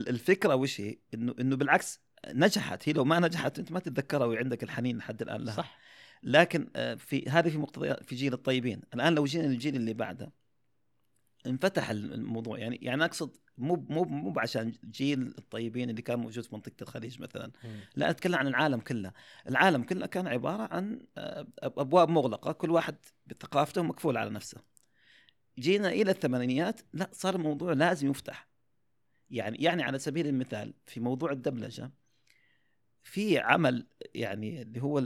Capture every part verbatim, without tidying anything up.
الفكره وش هي؟ انه انه بالعكس نجحت هي، لو ما نجحت انت ما تتذكرها وعندك الحنين لحد الان لها. صح. لكن في هذه في مقتضيات في جيل الطيبين. الان لو جينا للجيل اللي بعده انفتح الموضوع، يعني يعني اقصد مو مو مو عشان جيل الطيبين اللي كان موجود في منطقه الخليج مثلا، م. لا اتكلم عن العالم كله. العالم كله كان عباره عن ابواب مغلقه، كل واحد بثقافته مكفول على نفسه. جينا الى الثمانينيات لا، صار الموضوع لازم يفتح. يعني يعني على سبيل المثال في موضوع الدبلجه، في عمل يعني اللي هو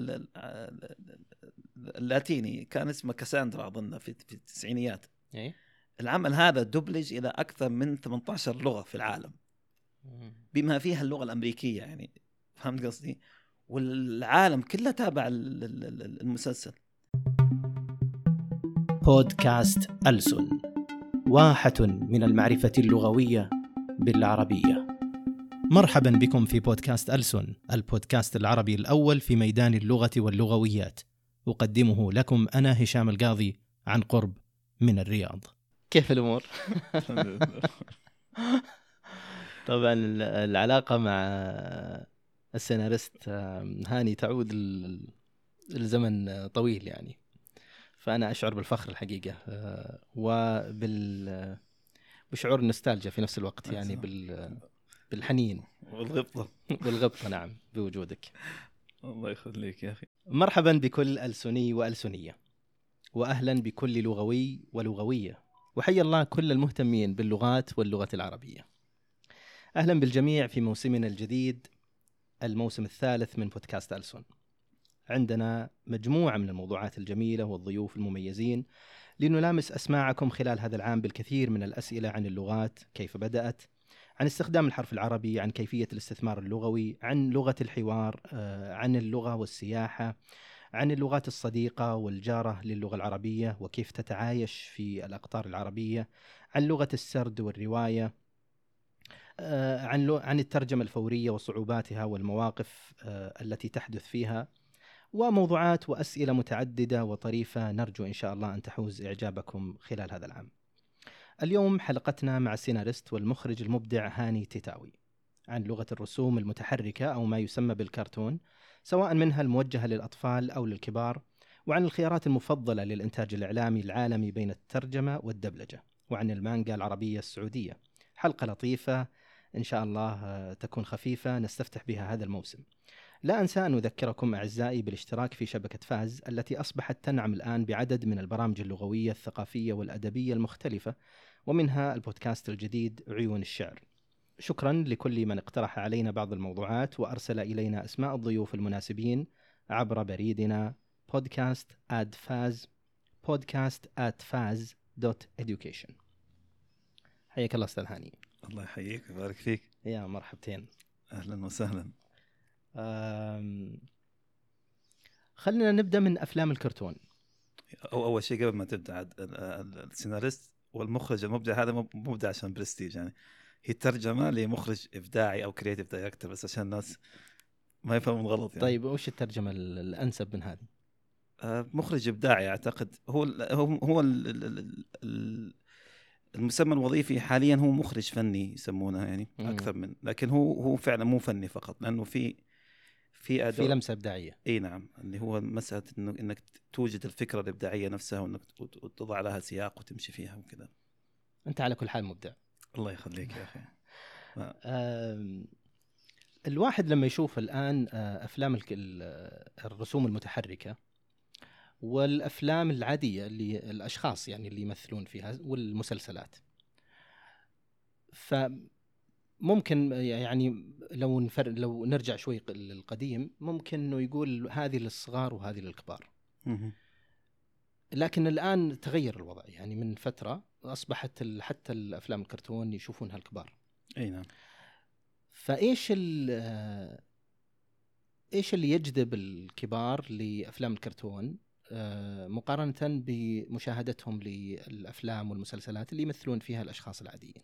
اللاتيني كان اسمه كاساندرا اظن في في التسعينيات. ايه العمل هذا دبلج إلى أكثر من ثمانية عشر لغة في العالم، بما فيها اللغة الأمريكية. يعني فهمت قصدي؟ والعالم كله تابع المسلسل. بودكاست ألسن، واحة من المعرفة اللغوية بالعربية. مرحبا بكم في بودكاست ألسن، البودكاست العربي الأول في ميدان اللغة واللغويات. أقدمه لكم أنا هشام القاضي عن قرب من الرياض. كيف الأمور؟ طبعا العلاقة مع السيناريست هاني تعود الزمن طويل يعني، فأنا أشعر بالفخر الحقيقة وبال بشعور النوستالجيا في نفس الوقت، يعني بال بالحنين والغبطة والغبطة نعم بوجودك. الله يخليك يا أخي. مرحبا بكل ألسني وألسنية، وأهلا بكل لغوي ولغوية، وحيا الله كل المهتمين باللغات واللغة العربية. أهلا بالجميع في موسمنا الجديد، الموسم الثالث من بودكاست ألسن. عندنا مجموعة من الموضوعات الجميلة والضيوف المميزين لنلامس أسماعكم خلال هذا العام بالكثير من الأسئلة عن اللغات، كيف بدأت، عن استخدام الحرف العربي، عن كيفية الاستثمار اللغوي، عن لغة الحوار، عن اللغة والسياحة، عن اللغات الصديقة والجارة للغة العربية وكيف تتعايش في الأقطار العربية، عن لغة السرد والرواية، عن عن الترجمة الفورية وصعوباتها والمواقف التي تحدث فيها، وموضوعات وأسئلة متعددة وطريفة نرجو إن شاء الله أن تحوز إعجابكم خلال هذا العام. اليوم حلقتنا مع السيناريست والمخرج المبدع هاني تيتاوي عن لغة الرسوم المتحركة أو ما يسمى بالكرتون، سواء منها الموجهة للأطفال أو للكبار، وعن الخيارات المفضلة للإنتاج الإعلامي العالمي بين الترجمة والدبلجة، وعن المانجا العربية السعودية. حلقة لطيفة إن شاء الله تكون خفيفة نستفتح بها هذا الموسم. لا أنسى أن أذكركم أعزائي بالاشتراك في شبكة فاز التي أصبحت تنعم الآن بعدد من البرامج اللغوية الثقافية والأدبية المختلفة، ومنها البودكاست الجديد عيون الشعر. شكرا لكل من اقترح علينا بعض الموضوعات وأرسل إلينا أسماء الضيوف المناسبين عبر بريدنا podcast at faz podcast at faz dot education. حياك الله أستاذ هاني. الله يحييك ويبارك فيك. يا مرحبتين. أهلا وسهلا. خلينا نبدأ من أفلام الكرتون. أو أول شيء قبل ما تبدأ، السيناريست والمخرج المبدع هذا مبدع عشان برستيج، يعني هي ترجمة لمخرج إبداعي أو كرياتيف دايركتور، بس عشان الناس ما يفهمون غلط يعني. طيب وش الترجمة الأنسب من هذه؟ آه مخرج إبداعي أعتقد هو ال هو هو ال ال ال المسمى الوظيفي حاليا هو مخرج فني يسمونه يعني مم. أكثر من، لكن هو هو فعلا مو فني فقط، لأنه في في في لمسة إبداعية. اي نعم، اللي هو مسألة انه انك توجد الفكرة الإبداعية نفسها وانك تضع لها سياق وتمشي فيها وكذا. انت على كل حال مبدع. الله يخليك يا اخي. الواحد لما يشوف الآن افلام الرسوم المتحركة والافلام العادية اللي الاشخاص يعني اللي يمثلون فيها والمسلسلات، فممكن يعني لو نفر لو نرجع شوي للقديم ممكن انه يقول هذه للصغار وهذه للكبار. لكن الآن تغير الوضع، يعني من فترة أصبحت حتى الأفلام الكرتون يشوفونها الكبار. أي نعم. فإيش إيش اللي يجذب الكبار لأفلام الكرتون مقارنة بمشاهدتهم للأفلام والمسلسلات اللي يمثلون فيها الأشخاص العاديين؟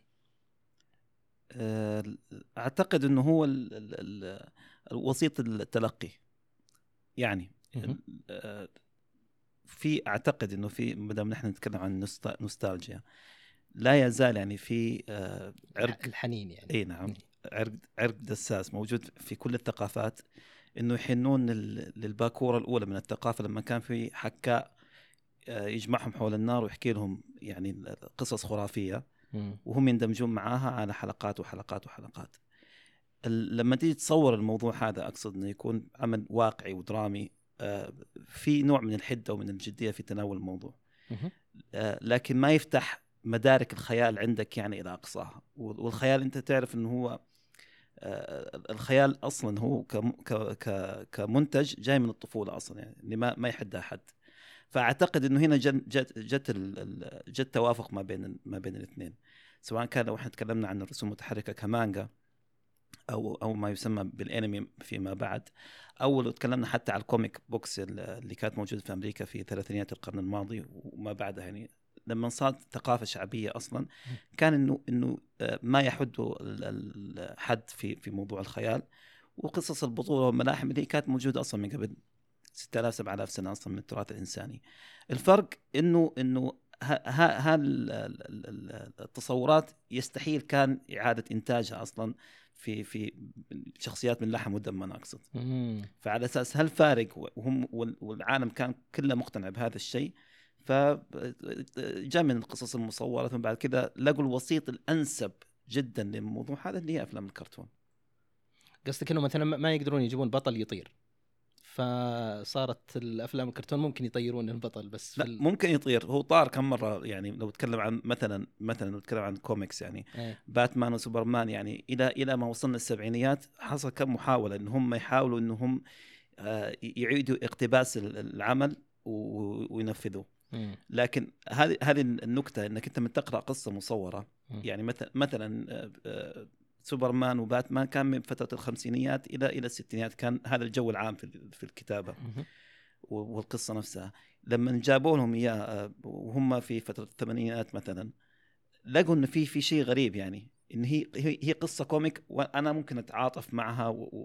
أعتقد أنه هو وسيط التلقي، يعني في أعتقد أنه في مدام نحن نتكلم عن نوستالجيا لا يزال يعني في عرق الحنين يعني. أي نعم، عرق عرق دساس موجود في كل الثقافات، انه يحنون للباكوره الاولى من الثقافه لما كان في حكاء يجمعهم حول النار ويحكي لهم يعني قصص خرافيه وهم يندمجون معاها على حلقات وحلقات وحلقات. لما تيجي تصور الموضوع هذا اقصد انه يكون عمل واقعي ودرامي في نوع من الحده ومن الجديه في تناول الموضوع، لكن ما يفتح مدارك الخيال عندك يعني الى اقصاها. والخيال انت تعرف انه هو الخيال اصلا هو كمنتج جاي من الطفوله اصلا، يعني اللي ما ما يحدها احد. فاعتقد انه هنا جت جت جت توافق ما بين ما بين الاثنين، سواء كان لو احنا تكلمنا عن الرسوم المتحركه كمانجا او او ما يسمى بالانمي فيما بعد، او لو تكلمنا حتى على الكوميك بوكس اللي كانت موجوده في امريكا في ثلاثينيات القرن الماضي وما بعدها. يعني لما صارت ثقافه شعبيه اصلا كان انه انه ما يحد الحد في في موضوع الخيال، وقصص البطوله والملاحم اللي كانت موجوده اصلا من قبل ستة آلاف سبعة آلاف سنه اصلا من التراث الانساني. الفرق انه انه ها التصورات يستحيل كان اعاده انتاجها اصلا في في شخصيات من لحم ودم انا اقصد. فعلى اساس هالفارق وهم والعالم كان كله مقتنع بهذا الشيء، فجاء من القصص المصوره ثم بعد كذا لقوا الوسيط الانسب جدا للموضوع هذا اللي هي افلام الكرتون. قصدك انه مثلا ما يقدرون يجيبون بطل يطير، فصارت الافلام الكرتون ممكن يطيرون البطل بس لا ال... ممكن يطير. هو طار كم مره يعني. لو تكلم عن مثلا مثلا لو تكلم عن كوميكس يعني أيه. باتمان وسوبرمان يعني الى الى ما وصلنا السبعينيات حصل كم محاوله ان هم يحاولوا انهم آه يعيدوا اقتباس العمل وينفذوه. لكن هذه هذه النكته انك انت من تقرا قصه مصوره م. يعني مثلا مثلا آه آه سوبرمان وباتمان كان من فترة الخمسينيات إلى إلى الستينيات، كان هذا الجو العام في في الكتابة والقصة نفسها. لما جابوا لهم إياه وهم في فترة الثمانينات مثلا لقوا إنه في في شيء غريب، يعني إن هي هي قصة كوميك وأنا ممكن أتعاطف معها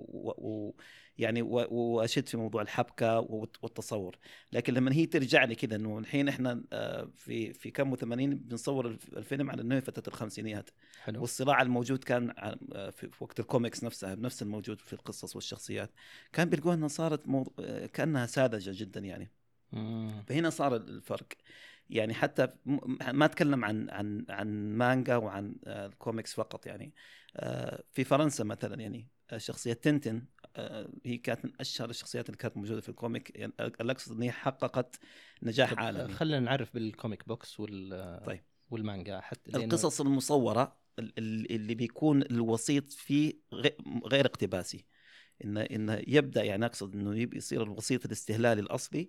ويعني وأشد في موضوع الحبكة والتصور. لكن لما هي ترجع لي كده إنه الحين إحنا في في كم وثمانين بنصور الفيلم على إنه فترة الخمسينيات. حلو. والصراع الموجود كان في وقت الكوميكس نفسها بنفس الموجود في القصص والشخصيات، كان بيلقوا إنها صارت موض... كأنها ساذجة جدا يعني. مم. فهنا صار الفرق. يعني حتى ما اتكلم عن عن عن مانجا وعن الكوميكس فقط. يعني في فرنسا مثلا يعني شخصية تنتن هي كانت من اشهر الشخصيات اللي كانت موجوده في الكوميك. يعني الاقصد ان هي حققت نجاح عالمي. خلينا نعرف بالكوميك بوكس وال طيب. والمانجا حتى القصص المصوره اللي بيكون الوسيط فيه غير اقتباسي، انه انه يبدا يعني اقصد انه يصير الوسيط الاستهلالي الاصلي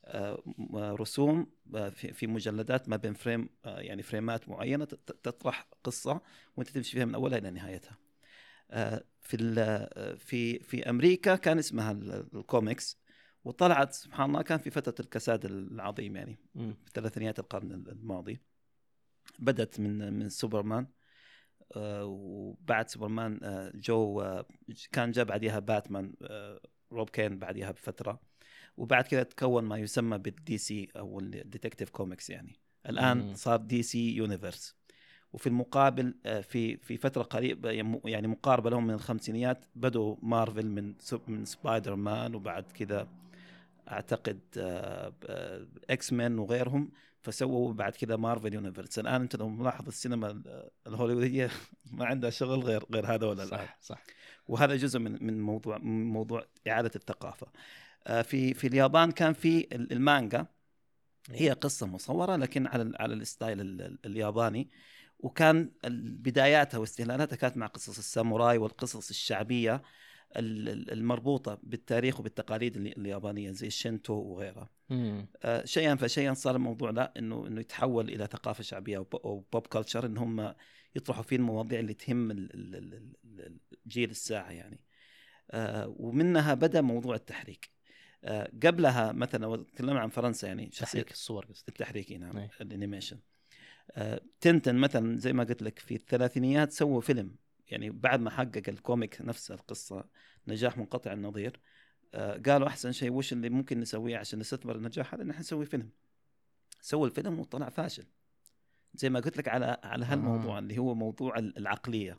رسوم في مجلدات ما بين فريم يعني فريمات معينه تطرح قصه وانت تمشي فيها من اولها الى نهايتها. في في في امريكا كان اسمها الكوميكس، وطلعت سبحان الله كان في فتره الكساد العظيم يعني م. في ثلاثينيات القرن الماضي. بدت من من سوبرمان، وبعد سوبرمان جو كان جاء بعدها باتمان روب كين بعدها بفتره، وبعد كده تكون ما يسمى بالدي سي او الديتكتيف كوميكس. يعني الان م. صار دي سي يونيفرس. وفي المقابل في في فتره قريبه يعني مقاربه لهم من الخمسينيات بدوا مارفل من من سبايدر مان، وبعد كذا اعتقد اكس مان وغيرهم، فسووا بعد كذا مارفل يونيفرس. الان انت لو ملاحظ السينما الهوليووديه ما عندها شغل غير غير هذا ولا لا. صح صح. وهذا جزء من من موضوع من موضوع اعاده الثقافه. في في اليابان كان في المانجا، هي قصه مصوره لكن على على الستايل الياباني، وكان بداياتها واستهلالاتها كانت مع قصص الساموراي والقصص الشعبية المربوطة بالتاريخ وبالتقاليد اليابانية زي الشينتو وغيرها. آه شيئا فشيئا صار الموضوع لا إنه إنه يتحول إلى ثقافة شعبية أو بوب كلتشر، إن هم يطرحوا فيه المواضيع اللي تهم الجيل الساعة يعني. آه ومنها بدأ موضوع التحريك. آه قبلها مثلا لو تكلمنا عن فرنسا يعني تحريك الصور التحريكي نعم الانيميشن. آه، تنتن مثلا زي ما قلت لك في الثلاثينيات سووا فيلم، يعني بعد ما حقق الكوميك نفس القصة نجاح منقطع النظير. آه، قالوا أحسن شيء وش اللي ممكن نسويه عشان نستثمر النجاح هذا، إن احنا نسوي فيلم. سووا الفيلم وطلع فاشل زي ما قلت لك على على هالموضوع آه. اللي هو موضوع العقلية،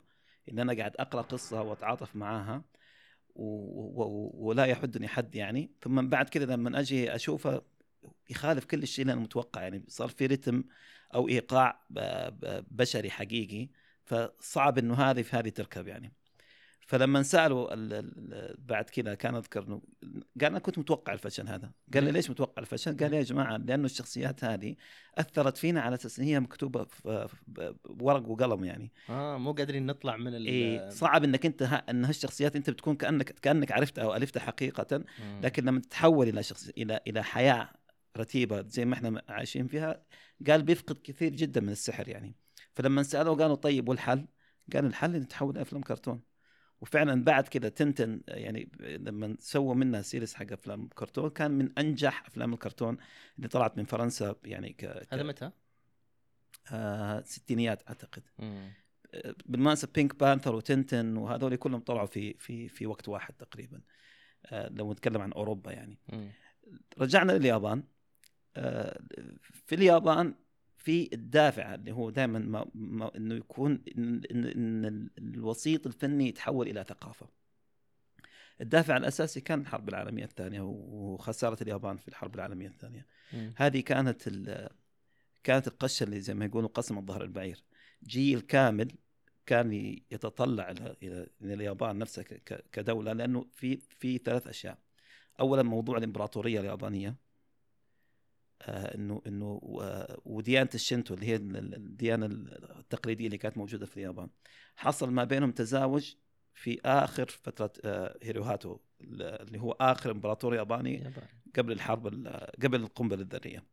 ان انا قاعد اقرا قصه واتعاطف معاها و... و... ولا يحدني حد يعني. ثم بعد كذا لما اجي اشوفه يخالف كل الشيء اللي انا متوقع، يعني صار في رتم او ايقاع ب... ب... بشري حقيقي، فصعب انه هذه في هذه تركب يعني. فلما سالوا ال... ال... بعد كذا كان اذكر انه قال انا كنت متوقع الفشل هذا. قال لي ليش متوقع الفشل؟ قال لي يا جماعه لانه الشخصيات هذه اثرت فينا على اساس ان هي مكتوبه في بورق وقلم يعني. اه مو قادرين نطلع من ال إيه صعب انك انت ها ان هالشخصيات انت بتكون كانك كانك عرفتها او الفتها حقيقه، لكن لما تتحول الى شخص الى الى حياه رتيبه زي ما احنا عايشين فيها، قال بيفقد كثير جدا من السحر يعني. فلما سالوا قالوا طيب والحل؟ قال الحل ان تحول افلام كرتون. وفعلا بعد كده تنتن يعني لما سووا منها سيريس حق افلام كرتون كان من انجح افلام الكرتون اللي طلعت من فرنسا يعني. ك... هذا متى؟ آه ستينيات اعتقد. مم. بالمناسبة بينك بانثر وتنتن وهذول كلهم طلعوا في في في وقت واحد تقريبا. آه لو نتكلم عن اوروبا يعني. مم. رجعنا لليابان. آه في اليابان في الدافع اللي هو دائما ما ما انه يكون إن, إن, إن الوسيط الفني يتحول الى ثقافة. الدافع الاساسي كان الحرب العالمية الثانية وخسارة اليابان في الحرب العالمية الثانية. مم. هذه كانت كانت القشة اللي زي ما يقولوا قسم الظهر البعير. جيل كامل كان يتطلع الى الى اليابان نفسها كدولة، لانه في في ثلاث اشياء. اولا موضوع الامبراطورية اليابانية، آه انه انه وديانة الشينتو اللي هي الديانة التقليدية اللي كانت موجودة في اليابان. حصل ما بينهم تزاوج في اخر فترة آه هيروهاتو اللي هو اخر امبراطور ياباني قبل الحرب قبل القنبلة الذرية.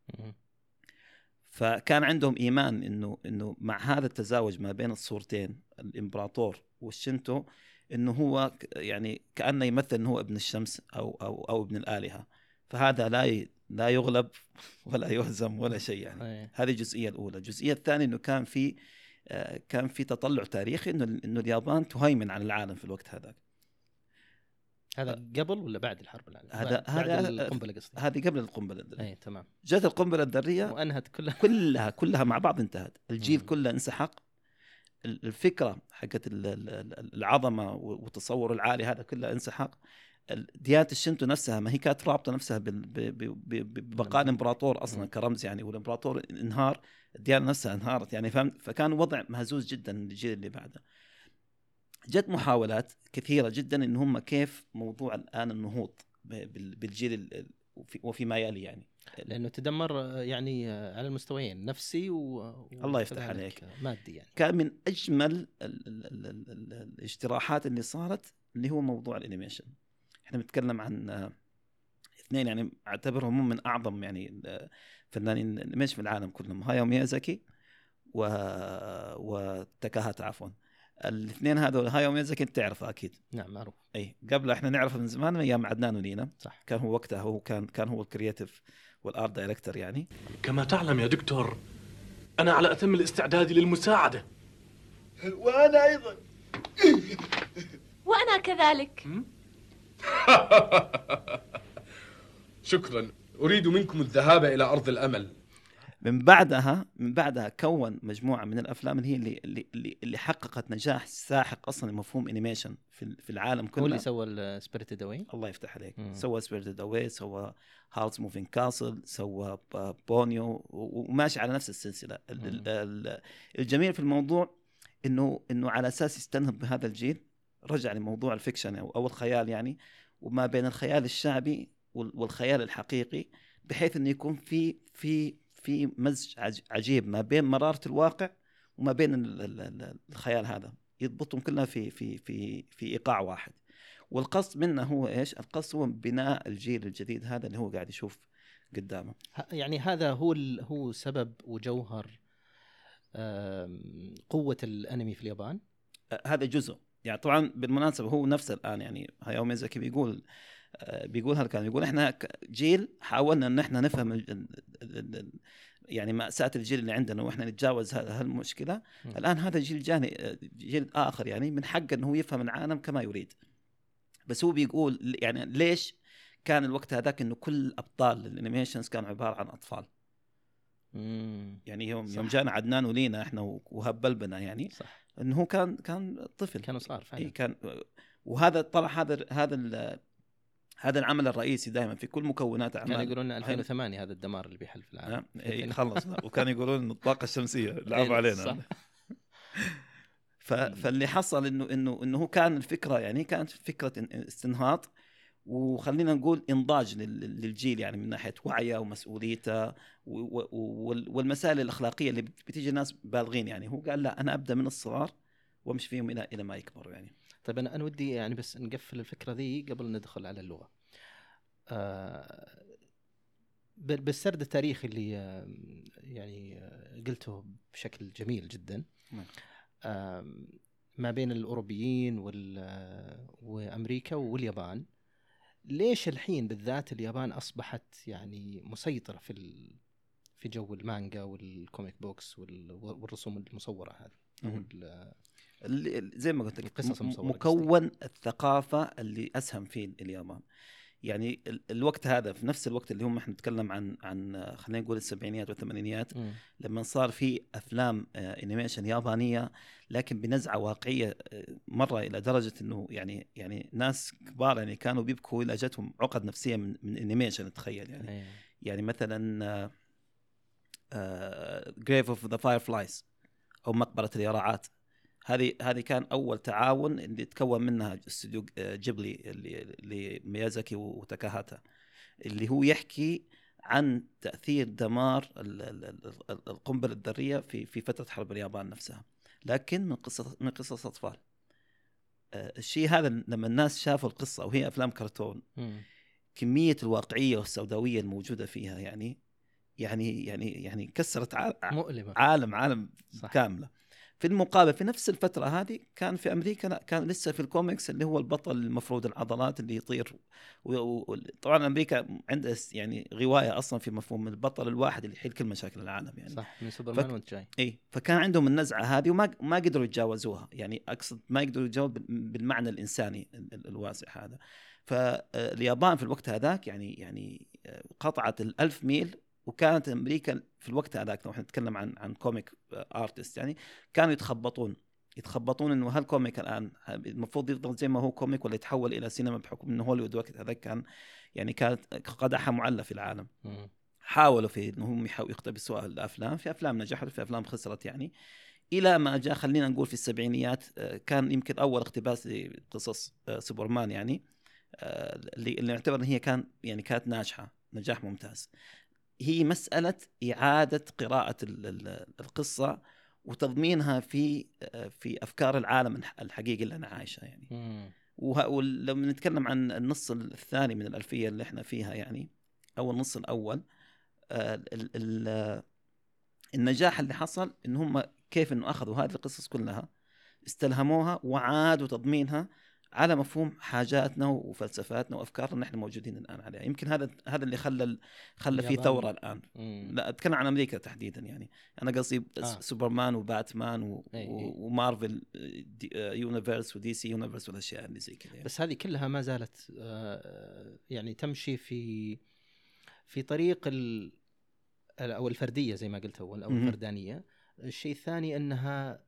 فكان عندهم ايمان انه انه مع هذا التزاوج ما بين الصورتين الامبراطور والشينتو انه هو يعني كانه يمثل انه هو ابن الشمس او او او ابن الالهه. فهذا لا لا يغلب ولا يهزم ولا شيء يعني. هذه الجزئيه الاولى. الجزئيه الثانيه انه كان في كان في تطلع تاريخي انه انه اليابان تهيمن على العالم في الوقت هذاك. هذا قبل ولا بعد الحرب العالمية؟ هذا هذا القنبلة قصدي. هذه قبل القنبلة الذرية. اي تمام. جت القنبلة الذرية وانهت كلها كلها كلها مع بعض انتهت. الجيل كله انسحق. الفكرة حقت العظمة والتصور العالي هذا كله انسحق. ديانة الشنتو نفسها ما هي كانت رابطة نفسها ببقاء الامبراطور اصلا كرمز يعني، والامبراطور انهار الديانة نفسها انهارت يعني فهم. فكان وضع مهزوز جدا للجيل اللي بعده. جت محاولات كثيرة جدا إن هم كيف موضوع الآن النهوض بالجيل وفيما يلي يعني، لأنه تدمر يعني على المستويين نفسي و... الله يفتح عليك مادي يعني. كان من أجمل ال ال ال ال الاجتراحات اللي صارت اللي هو موضوع الانيميشن. احنا بنتكلم عن اثنين يعني اعتبرهم من أعظم يعني فنانين الانيميشن في العالم كلهم، هاياو ميازاكي و... وتاكاهاتا عفوا. الاثنين هذول هاياو ميازاكي انت تعرفه اكيد. نعم معروف. اي قبل احنا نعرفه من زمان من ايام عدنان ولينا. صح. كان هو وقتها هو كان كان هو الكرياتيف والارت دايركتور يعني. كما تعلم يا دكتور انا على اتم الاستعداد للمساعده. وانا ايضا. وانا كذلك. شكرا. اريد منكم الذهاب الى ارض الامل. من بعدها من بعدها كون مجموعه من الافلام اللي هي اللي اللي, اللي حققت نجاح ساحق اصلا لمفهوم انيميشن في في العالم كله. هو اللي سوى السبيريتد اواي. الله يفتح عليك. مم. سوى سبيريتد اواي، سوى هارتس موفينج كاسل، سوى بونيو، وماشي على نفس السلسله. الجميل في الموضوع انه انه على اساس يستنهض بهذا الجيل رجع لموضوع الفيكشن او الخيال يعني، وما بين الخيال الشعبي والخيال الحقيقي، بحيث انه يكون في في في مزج عجيب ما بين مرارة الواقع وما بين الخيال هذا، يضبطهم كلها في في في في إيقاع واحد. والقصد منه هو إيش؟ القصد هو بناء الجيل الجديد هذا اللي هو قاعد يشوف قدامه. يعني هذا هو هو سبب وجوهر قوة الأنمي في اليابان. هذا جزء يعني. طبعا بالمناسبة هو نفسه الآن يعني هاياو ميازاكي بيقول بيقول هذا كان يقول احنا جيل حاولنا ان احنا نفهم ال ال ال يعني مأساة الجيل اللي عندنا واحنا نتجاوز هالمشكلة. م. الان هذا جيل جاني جيل اخر يعني من حقه انه يفهم العالم كما يريد. بس هو بيقول يعني ليش كان الوقت هذاك انه كل ابطال الانيميشنز كانوا عبارة عن اطفال. مم. يعني يوم صح. يوم جانا عدنان ولينا احنا وهبل بنا يعني. صح. انه هو كان كان طفل، كانوا صغار فعلا. إيه كان. وهذا طلع هذا هذا هذا العمل الرئيسي دائما في كل مكونات اعمال. كانوا يقولون ألفين وثمانية هذا الدمار اللي بيحل في العالم. اي خلص. وكانوا يقولون ان الطاقه الشمسيه لعبوا علينا. ف... فاللي حصل انه انه انه هو كان الفكره يعني كانت فكره استنهاض، وخلينا نقول انضاج للجيل يعني من ناحيه وعيه ومسؤوليته والمسائل الاخلاقيه اللي بتيجي الناس بالغين. يعني هو قال لا انا ابدا من الصغار وامشي فيهم الى الى ما يكبروا يعني. طيب انا انا ودي يعني بس نقفل الفكره ذي قبل ندخل على اللغه. آه بالسرد التاريخي اللي يعني قلته بشكل جميل جدا آه ما بين الأوروبيين وأمريكا واليابان، ليش الحين بالذات اليابان أصبحت يعني مسيطرة في في جو المانجا والكوميك بوكس والرسوم المصورة هذه؟ اللي زي ما قلت لك مكون الثقافة اللي أسهم فيه اليابان. يعني الوقت هذا في نفس الوقت اللي هم احنا نتكلم عن عن خلينا نقول السبعينيات والثمانينيات، م. لما صار في افلام انيميشن يابانيه لكن بنزعه واقعيه مره الى درجه انه يعني يعني ناس كبار يعني كانوا بيبكوا الى جتهم عقد نفسيه من من انيميشن. تخيل يعني أيه. يعني مثلا جريف اوف ذا فايرفلايز او مقبره اليراعات، هذه هذه كان أول تعاون اللي تكون منها استوديو جيبلي اللي ميازاكي وتاكاهاتا، اللي هو يحكي عن تأثير دمار القنبلة الذرية في في فترة حرب اليابان نفسها، لكن من قصة من قصص أطفال. الشيء هذا لما الناس شافوا القصة وهي أفلام كرتون، كمية الواقعية والسوداوية الموجودة فيها يعني يعني يعني يعني كسرت عالم عالم, عالم كاملة. في المقابل في نفس الفترة هذه كان في أمريكا لا كان لسه في الكوميكس اللي هو البطل المفروض العضلات اللي يطير. وطبعا أمريكا عندها يعني غواية أصلا في مفهوم البطل الواحد اللي يحل كل مشاكل العالم يعني. صح، من سوبرمان ف... وانت جاي. إيه فكان عندهم النزعة هذه وما ما قدروا يتجاوزوها، يعني أقصد ما يقدروا يتجاوز بالمعنى الإنساني الواسع هذا. فاليابان في الوقت هذاك يعني يعني قطعت الألف ميل، وكانت أمريكا في الوقت هذاك لو احنا نتكلم عن عن كوميك ارتست يعني كانوا يتخبطون يتخبطون انه هالكوميك الان المفروض يفضل زي ما هو كوميك ولا يتحول الى سينما بحكم انه هوليوود وقت هذاك كان يعني كانت قدحها معلة في العالم. م. حاولوا في انهم يقتبسوا الافلام، في افلام نجحت في افلام خسرت يعني، الى ما جاء خلينا نقول في السبعينيات كان يمكن اول اقتباس لقصص سوبرمان يعني اللي اللي نعتبر ان هي كان يعني كانت ناجحة نجاح ممتاز. هي مسألة إعادة قراءة القصة وتضمينها في في أفكار العالم الحقيقي اللي أنا عايشها يعني. ولما نتكلم عن النص الثاني من الألفية اللي إحنا فيها يعني أو النص الأول، النجاح اللي حصل إن هم كيف إنه أخذوا هذه القصص كلها استلهموها وعادوا تضمينها على مفهوم حاجاتنا وفلسفاتنا وافكارنا نحن موجودين الان عليها. يمكن هذا هذا اللي خلى خلى في ثوره الان. مم. لا اتكلم عن امريكا تحديدا يعني، انا قصدي آه. سوبرمان وباتمان و... أي أي. ومارفل يونيفرس ودي سي يونيفرس والاشياء اللي زي كذا يعني. بس هذه كلها ما زالت يعني تمشي في في طريق ال... او الفرديه زي ما قلت اول او الفردانيه. الشيء الثاني انها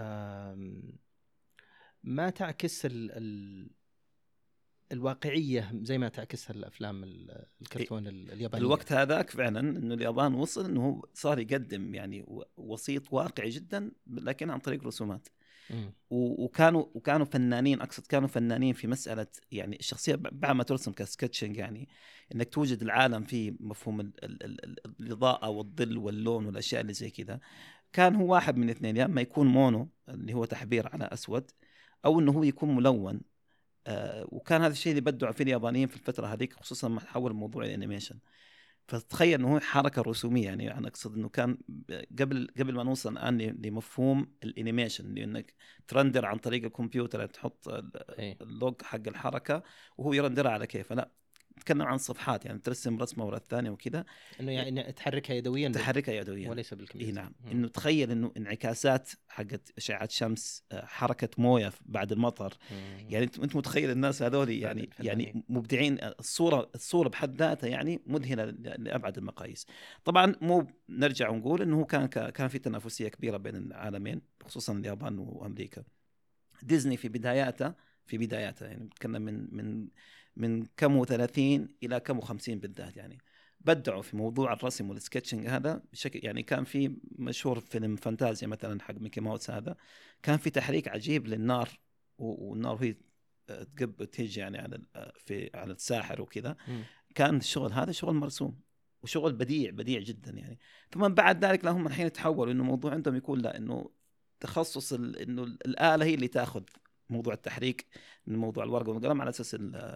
ما تعكس ال ال الواقعية زي ما تعكسها الأفلام الكرتون اليابانية. الوقت هذاك فعلا إنه اليابان وصل إنه صار يقدم يعني وسيط واقعي جدا لكن عن طريق رسومات. م. وكانوا وكانوا فنانين، أقصد كانوا فنانين في مسألة يعني الشخصية بعد ما ترسم كسكتشنج يعني إنك توجد العالم في مفهوم الإضاءة والظل واللون والأشياء اللي زي كذا. كان هو واحد من اثنين، يا يعني ما يكون مونو اللي هو تحبير على أسود أو إنه هو يكون ملون. آه وكان هذا الشيء اللي بدعوا فيه اليابانيين في الفترة هذيك خصوصا ما حول موضوع الانيميشن. فتخيل إنه هو حركة رسومية يعني أنا أقصد إنه كان قبل قبل ما نوصل الآن لمفهوم الانيميشن لأنك ترندر عن طريق الكمبيوتر تحط اللوج حق الحركة وهو يرندرها على كيف. لا نتكلم عن صفحات يعني ترسم رسمه ورا الثانيه وكذا، انه يعني تحركها يدويا تحركها يدويا وليس بالكمبيوتر. اي نعم. مم. انه تخيل انه انعكاسات حقت اشعه شمس، حركه مويه بعد المطر. مم. يعني انت متخيل الناس هذول يعني يعني مبدعين. الصوره الصوره بحد ذاتها يعني مذهله لابعد المقاييس. طبعا مو نرجع ونقول انه كان كان في تنافسيه كبيره بين العالمين خصوصا اليابان وامريكا. ديزني في بداياته في بداياته يعني نتكلم من من من كم وثلاثين الى كم وخمسين بالذات، يعني بدعوا في موضوع الرسم والسكتشنج هذا بشكل. يعني كان في مشهور فيلم فانتازيا مثلا حق ميكي ماوس، هذا كان في تحريك عجيب للنار، والنار هي تقب تيجي يعني على في على الساحر وكذا. كان الشغل هذا شغل مرسوم وشغل بديع بديع جدا يعني. ثم بعد ذلك لهم الحين تحولوا انه موضوع عندهم يكون لا انه تخصص انه الآلة هي اللي تاخذ موضوع التحريك من موضوع الورقه والقلم، على اساس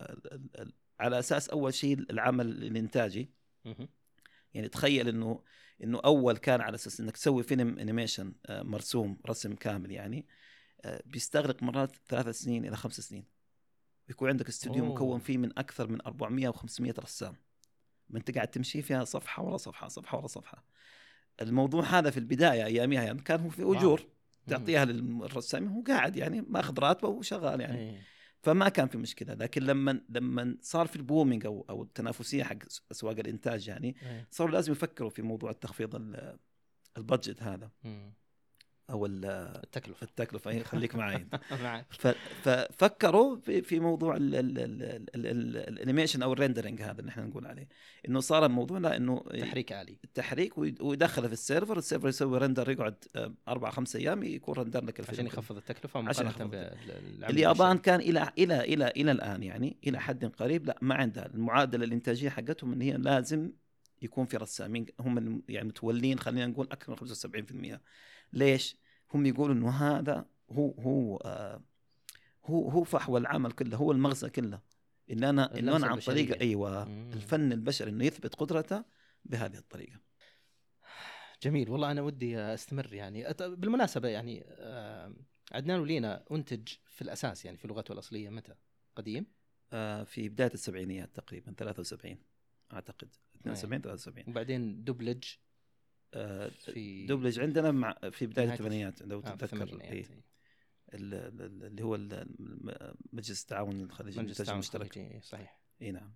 على اساس اول شيء العمل الانتاجي. يعني تخيل انه انه اول كان على اساس انك تسوي فيلم انيميشن مرسوم رسم كامل، يعني بيستغرق مرات ثلاث سنين الى خمس سنين. بيكون عندك استوديو أوه. مكون فيه من اكثر من أربعمية وخمسمية رسام، ما انت قاعد تمشي فيها صفحه ورا صفحه صفحه ورا صفحه. الموضوع هذا في البدايه ايامها يعني كان هو في اجور واو. تعطيها للرسام، هو قاعد يعني ماخذ راتبه وشغال يعني أيه. فما كان في مشكله. لكن لما لما صار في البومينج او او التنافسيه حق اسواق الانتاج يعني أيه. صاروا لازم يفكروا في موضوع التخفيض البادجت هذا مم. او التكلفه التكلفه اي خليك معي. ففكروا في موضوع الانيميشن او الريندرنج هذا اللي احنا نقول عليه، انه صار الموضوع لا انه تحريك عالي، التحريك ويدخله في السيرفر، السيرفر يسوي رندر يقعد أربع خمس ايام يكون رندر لك الفيلم عشان يخفض التكلفه مقارنه بالعمل. اليابان كان الى الى الى الى الان يعني الى حد قريب لا ما عندها المعادله الانتاجيه حقتهم ان هي لازم يكون في رسامين هم يعني متولين خلينا نقول اكثر من خمسة وسبعين بالمئة. ليش؟ هم يقولوا انه هذا هو هو آه هو هو فحوى العمل كله، هو المغزى كله، ان انا انه انا عن طريق ايوه مم. الفن البشري انه يثبت قدرته بهذه الطريقه. جميل والله. انا ودي استمر يعني. بالمناسبه يعني عدنان ولينا انتج في الاساس يعني في لغته الاصليه متى؟ قديم؟ آه في بدايه السبعينيات تقريبا ثلاثة وسبعين اعتقد اثنين وسبعين ثلاثة وسبعين. وبعدين دبلج في دبلج عندنا مع في بدايه الثمانينات لو تتذكر إيه. اللي هو مجلس التعاون الخليجي الانتاج المشترك صحيح. اي نعم.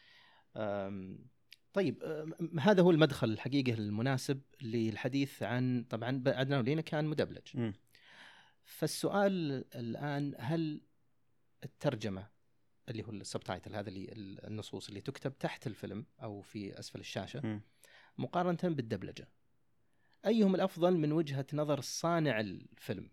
طيب هذا هو المدخل الحقيقي المناسب للحديث عن طبعا عدنان ولينا كان مدبلج. م. فالسؤال الان هل الترجمه اللي هو السبتايتل هذا اللي النصوص اللي تكتب تحت الفيلم او في اسفل الشاشه م. مقارنه بالدبلجه أيهم الأفضل من وجهة نظر صانع الفيلم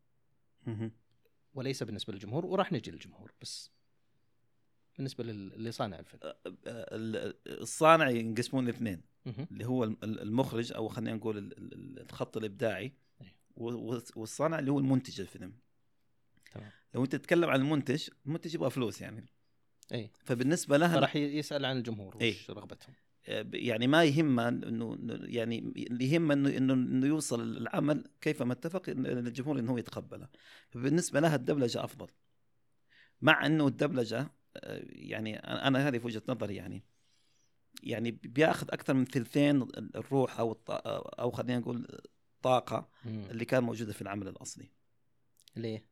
وليس بالنسبة للجمهور؟ وراح نجي للجمهور بس بالنسبة اللي صانع الفيلم. الصانع ينقسمون لاثنين اللي هو المخرج أو خلينا نقول الخط الإبداعي والصانع اللي هو المنتج الفيلم. تمام. لو أنت تتكلم عن المنتج، المنتج يبغى فلوس يعني أي. فبالنسبة له راح يسأل عن الجمهور وش أي. رغبتهم يعني ما يهمه انه يعني اللي يهمه انه انه يوصل العمل كيف ما اتفق الجمهور انه هو يتقبله. فبالنسبه لها الدبلجه افضل، مع انه الدبلجه يعني انا هذه في وجهه نظري يعني يعني بياخذ اكثر من ثلثين الروح او او خلينا نقول الطاقه اللي كان موجوده في العمل الاصلي. ليه؟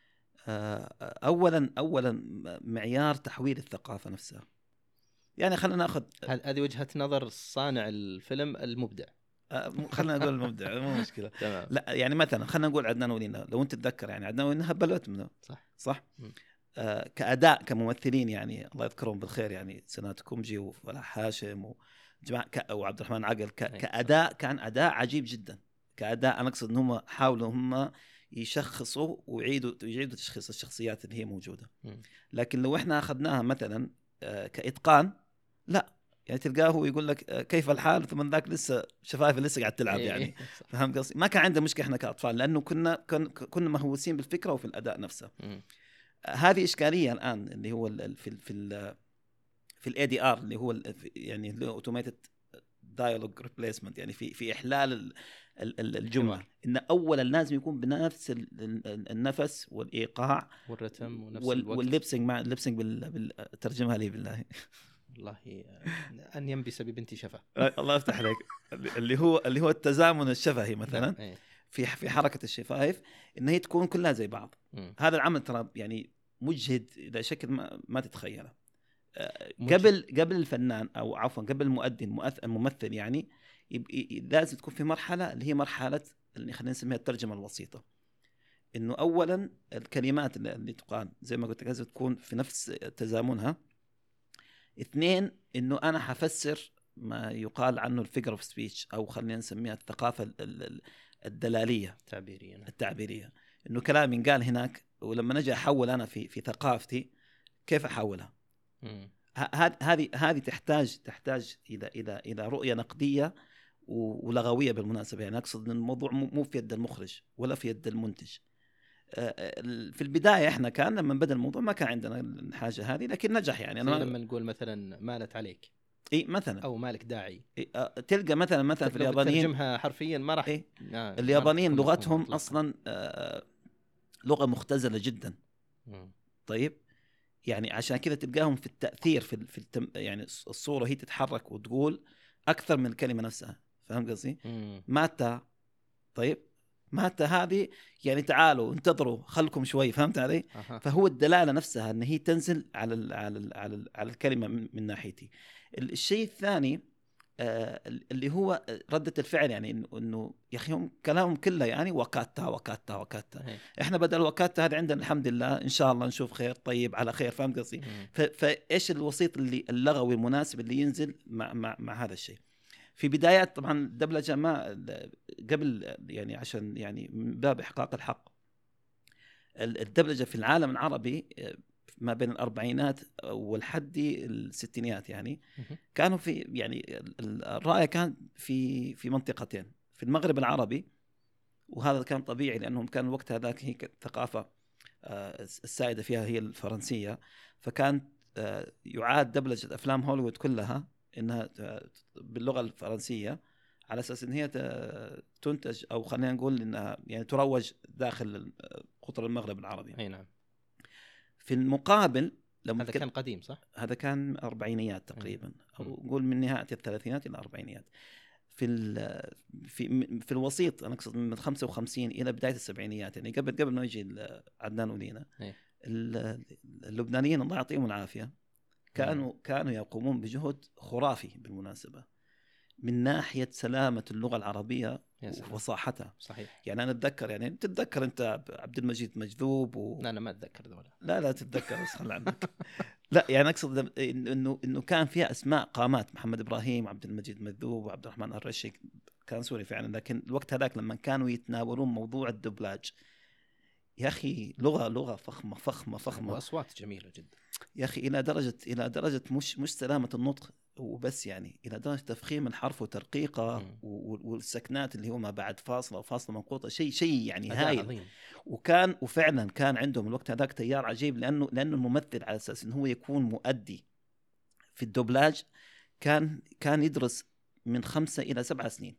اولا اولا معيار تحويل الثقافه نفسها. يعني خلينا ناخذ هذه وجهة نظر صانع الفيلم المبدع. خلينا نقول المبدع مو مشكلة. تمام. لا يعني مثلا خلينا نقول عدنان ولينا، لو انت تتذكر يعني عدنان ولينا هبلت منه صح صح آه كأداء كممثلين يعني الله يذكرهم بالخير يعني سنات كومجي وفلاح هاشم وجماعة وعبد الرحمن عقل ك... كأداء كان أداء عجيب جدا كأداء. أنا أقصد إنهم حاولوا هم يشخصوا ويعيدوا يعيدوا تشخيص الشخصيات اللي هي موجودة. م. لكن لو إحنا أخذناها مثلا آه كإتقان لا يعني تلقاه هو يقول لك كيف الحال ثم ذاك لسه شفايفه لسه قاعد تلعب يعني فهم قصدي. ما كان عندنا مشكله احنا كاطفال لانه كنا كنا مهووسين بالفكره وفي الاداء نفسه. م. هذه اشكاليه الان اللي هو في ال في ال في الاي دي ار اللي هو يعني الاوتوميتد دايلوج ريبليسمنت يعني في في احلال الجمله ان اولا لازم يكون بنفس النفس والايقاع والرتم ونفس وال الوقت والليبسنج مع الليبسنج بالترجمه لي بالله والله أن ينبس ببنت شفا. الله يفتح عليك. اللي هو اللي هو التزامن الشفهي مثلا إيه. في في حركه الشفايف ان هي تكون كلها زي بعض. مم. هذا العمل ترى يعني مجهد الى شكل ما, ما تتخيله. آه، مجهد. قبل قبل الفنان او عفوا قبل المؤدي المؤث- الممثل يعني يب- ي- لازم تكون في مرحله اللي هي مرحله اللي خلينا نسميها الترجمه الوسيطه. انه اولا الكلمات اللي اللي تقال زي ما قلت لازم تكون في نفس تزامنها. اثنين انه انا حفسر ما يقال عنه الفيجر اوف سبيتش او خلينا نسميها الثقافه ال- ال- الدلاليه تعبيريا. التعبيريه. انه كلام ينقال هناك ولما نجي احول انا في في ثقافتي كيف احولها. مم. ه- هذه هذه تحتاج تحتاج الى الى الى رؤيه نقديه و- ولغويه بالمناسبه. يعني اقصد ان الموضوع مو مو في يد المخرج ولا في يد المنتج. آه، ال- في البدايه احنا كان لما بدا الموضوع ما كان عندنا الحاجه هذه لكن نجح يعني. زي انا لما نقول مثلا مالت عليك اي مثلا أو مالك داعي، إيه آه، تلقى مثلا مثلا في لو اليابانيين بترجمها حرفيا ما راح. إيه؟ آه، اليابانيين ما راح تكون لغتهم مفهومة اصلا آه، لغه مختزله جدا. مطلقاً. طيب يعني عشان كذا تلقاهم في التاثير في ال- في التم يعني الصوره هي تتحرك وتقول اكثر من الكلمه نفسها. فاهم قصدي؟ مم. ماتا. طيب ماتا هذه يعني تعالوا انتظروا خلكم شوي. فهمت علي؟ أها. فهو الدلاله نفسها ان هي تنزل على ال على ال على, ال على الكلمه من, من ناحيتي. ال- الشيء الثاني آه اللي هو رده الفعل. يعني انه انه يا اخي هم كلامهم كله يعني وكاتا وكاتا وكاتا. إيه. احنا بدل وكاتا هذه عندنا الحمد لله ان شاء الله نشوف خير طيب على خير. فاهم قصدي؟ مم. ف- فايش الوسيط اللي اللغوي المناسب اللي ينزل مع مع, مع هذا الشيء. في بدايات طبعا الدبلجه ما قبل يعني عشان يعني من باب احقاق الحق الدبلجه في العالم العربي ما بين الاربعينات والحد الستينيات يعني مهم. كانوا في يعني الرايه كان في في منطقتين في المغرب العربي. وهذا كان طبيعي لانهم كان الوقت هذاك هي الثقافه آه، السائده فيها هي الفرنسيه. فكان آه، يعاد دبلجه افلام هوليوود كلها انها ت- باللغه الفرنسيه على اساس ان هي ت- تنتج او خلينا نقول انها يعني تروج داخل قطر المغرب العربي. أي نعم. في المقابل لما هذا تك- كان قديم صح؟ هذا كان أربعينيات تقريبا مم. او نقول من نهايه الثلاثينات الى الأربعينيات. في ال- في في الوسيط انا اقصد من خمسة وخمسين الى بدايه السبعينيات يعني قبل قبل ما يجي ال- عدنان ولينا. إيه. ال- اللبنانيين الله يعطيهم العافيه كانوا كانوا يقومون بجهد خرافي بالمناسبه من ناحيه سلامه اللغه العربيه يا سلام. وفصاحتها. صحيح. يعني انا اتذكر يعني تتذكر انت عبد المجيد مجذوب و... لا أنا ما أتذكر ذولا. لا لا تتذكر بس خل عنك. لا يعني اقصد إن- انه انه كان فيها اسماء قامات محمد ابراهيم عبد المجيد مذوب وعبد الرحمن الرشي كان سوري فعلا. لكن الوقت هذاك لما كانوا يتناولون موضوع الدبلاج يا اخي لغه لغه فخمه فخمه فخمه وأصوات جميلة جدا. يا اخي الى درجه الى درجه مش مش سلامه النطق وبس يعني الى درجه تفخيم الحرف وترقيقه مم. و- والسكنات اللي هو ما بعد فاصله وفاصله منقوطه شيء شيء يعني أداء هايل. عظيم. وكان وفعلا كان عندهم الوقت هذاك تيار عجيب لانه لانه الممثل على اساس انه هو يكون مؤدي في الدوبلاج كان كان يدرس من خمسة الى سبعة سنين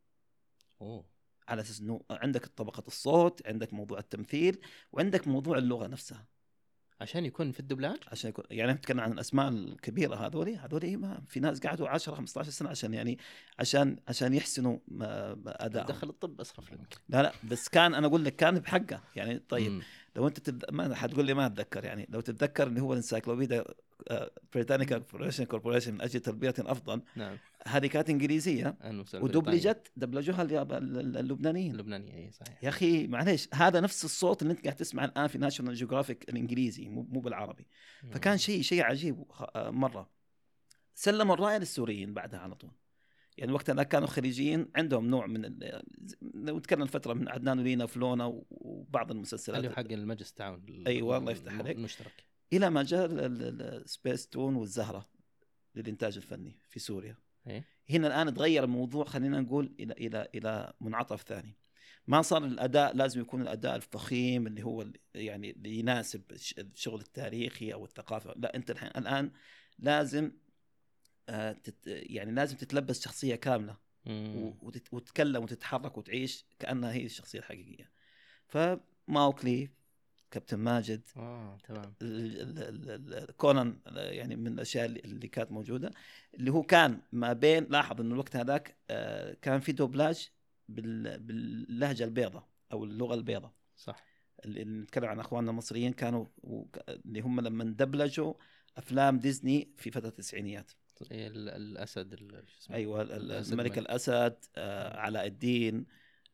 أوه. على اساس انه عندك طبقه الصوت عندك موضوع التمثيل وعندك موضوع اللغه نفسها عشان يكون في الدبلاج. عشان يكون يعني نتكلم عن الاسماء الكبيره هذولي هذولي ما في ناس قعدوا عشرة خمسة عشر سنه عشان يعني عشان عشان يحسنوا ما- ما ادائهم. دخل الطب أصرف لك. لا لا بس كان انا اقول لك كان بحقه يعني. طيب مم. لو انت تد... ما حتقول لي ما اتذكر يعني لو تتذكر اللي هو الانسايكلوبيديا بريتانيكا كوربوريشن كوربوريشن من اجل تربيه افضل. نعم. هذه كانت انجليزيه أنا مسلم ودبلجت دبلجوها الياب- ال- اللبنانيين. اللبنانية. أي صحيح. يا اخي معليش هذا نفس الصوت اللي انت قاعد تسمع الان في ناشونال جيوغرافيك الانجليزي مو مو بالعربي. فكان شيء شيء عجيب خ- مره. سلموا الرايه للسوريين بعدها على طول. يعني وقتها كانوا خليجيين عندهم نوع من ال- لو نتكلم فتره من عدنان ولينا وفلونا وبعض المسلسلات اللي هو حق المجلس التعاون ال- أيوة، الله يفتح عليك. المشترك. الى ما جاء السبيس تون والزهره للانتاج الفني في سوريا. إيه؟ هنا الان تغير الموضوع خلينا نقول الى الى الى منعطف ثاني. ما صار الاداء لازم يكون الاداء الفخيم اللي هو اللي يعني اللي يناسب الش- الشغل التاريخي او الثقافه. لا انت الحين الان لازم آه تت يعني لازم تتلبس شخصيه كامله مم. و- وتت- وتتكلم وتتحرك وتعيش كانها هي الشخصيه الحقيقيه. فماوكلي كابتن ماجد، اه تمام. ال- ال- ال- كونان، يعني من الاشياء اللي اللي كانت موجوده، اللي هو كان ما بين، لاحظ انه الوقت هذاك آه، كان في دوبلاج بال- باللهجه البيضاء او اللغه البيضاء. صح. اللي نتكلم عن اخواننا المصريين كانوا وك- اللي هم لما دبلجوا افلام ديزني في فتره التسعينيات. إيه ال- الاسد ال- شو اسمه؟ ايوه ال- ال- الأسد الملك ملك. الاسد، آه، علاء الدين،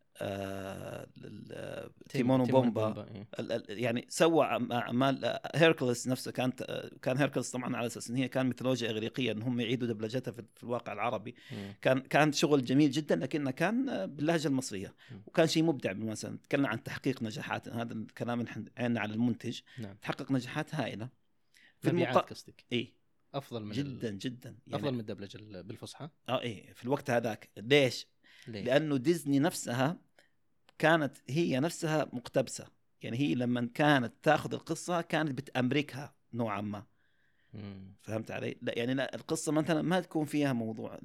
آه، ال- آه، تيم- تيمون تيمون وبومبا. وبومبا، إيه. ال- ال- يعني سوى أعم- اعمال. آه، هيركلس نفسه كانت آه، كان هيركلس طبعا على اساس ان هي كان ميثولوجيا اغريقيه، ان هم يعيدوا دبلجتها في في الواقع العربي. مم. كان كان شغل جميل جدا، لكنه كان آه، باللهجه المصريه، مم. وكان شيء مبدع. بالمثلا نتكلم عن تحقيق نجاحات، هذا الكلام نحن عيننا على المنتج، نعم. تحقق نجاحات هائله في مبيعات المقا... قصدك. اي افضل من جدا ال... جدا يعني افضل من الدبلجه ال- بالفصحى. اه ايه في الوقت هذاك. ليش؟ ليش؟ لانه ديزني نفسها كانت هي نفسها مقتبسه، يعني هي لما كانت تاخذ القصه كانت بتأمركها نوعا ما. مم. فهمت علي؟ لا يعني لا، القصه مثلا ما تكون فيها موضوع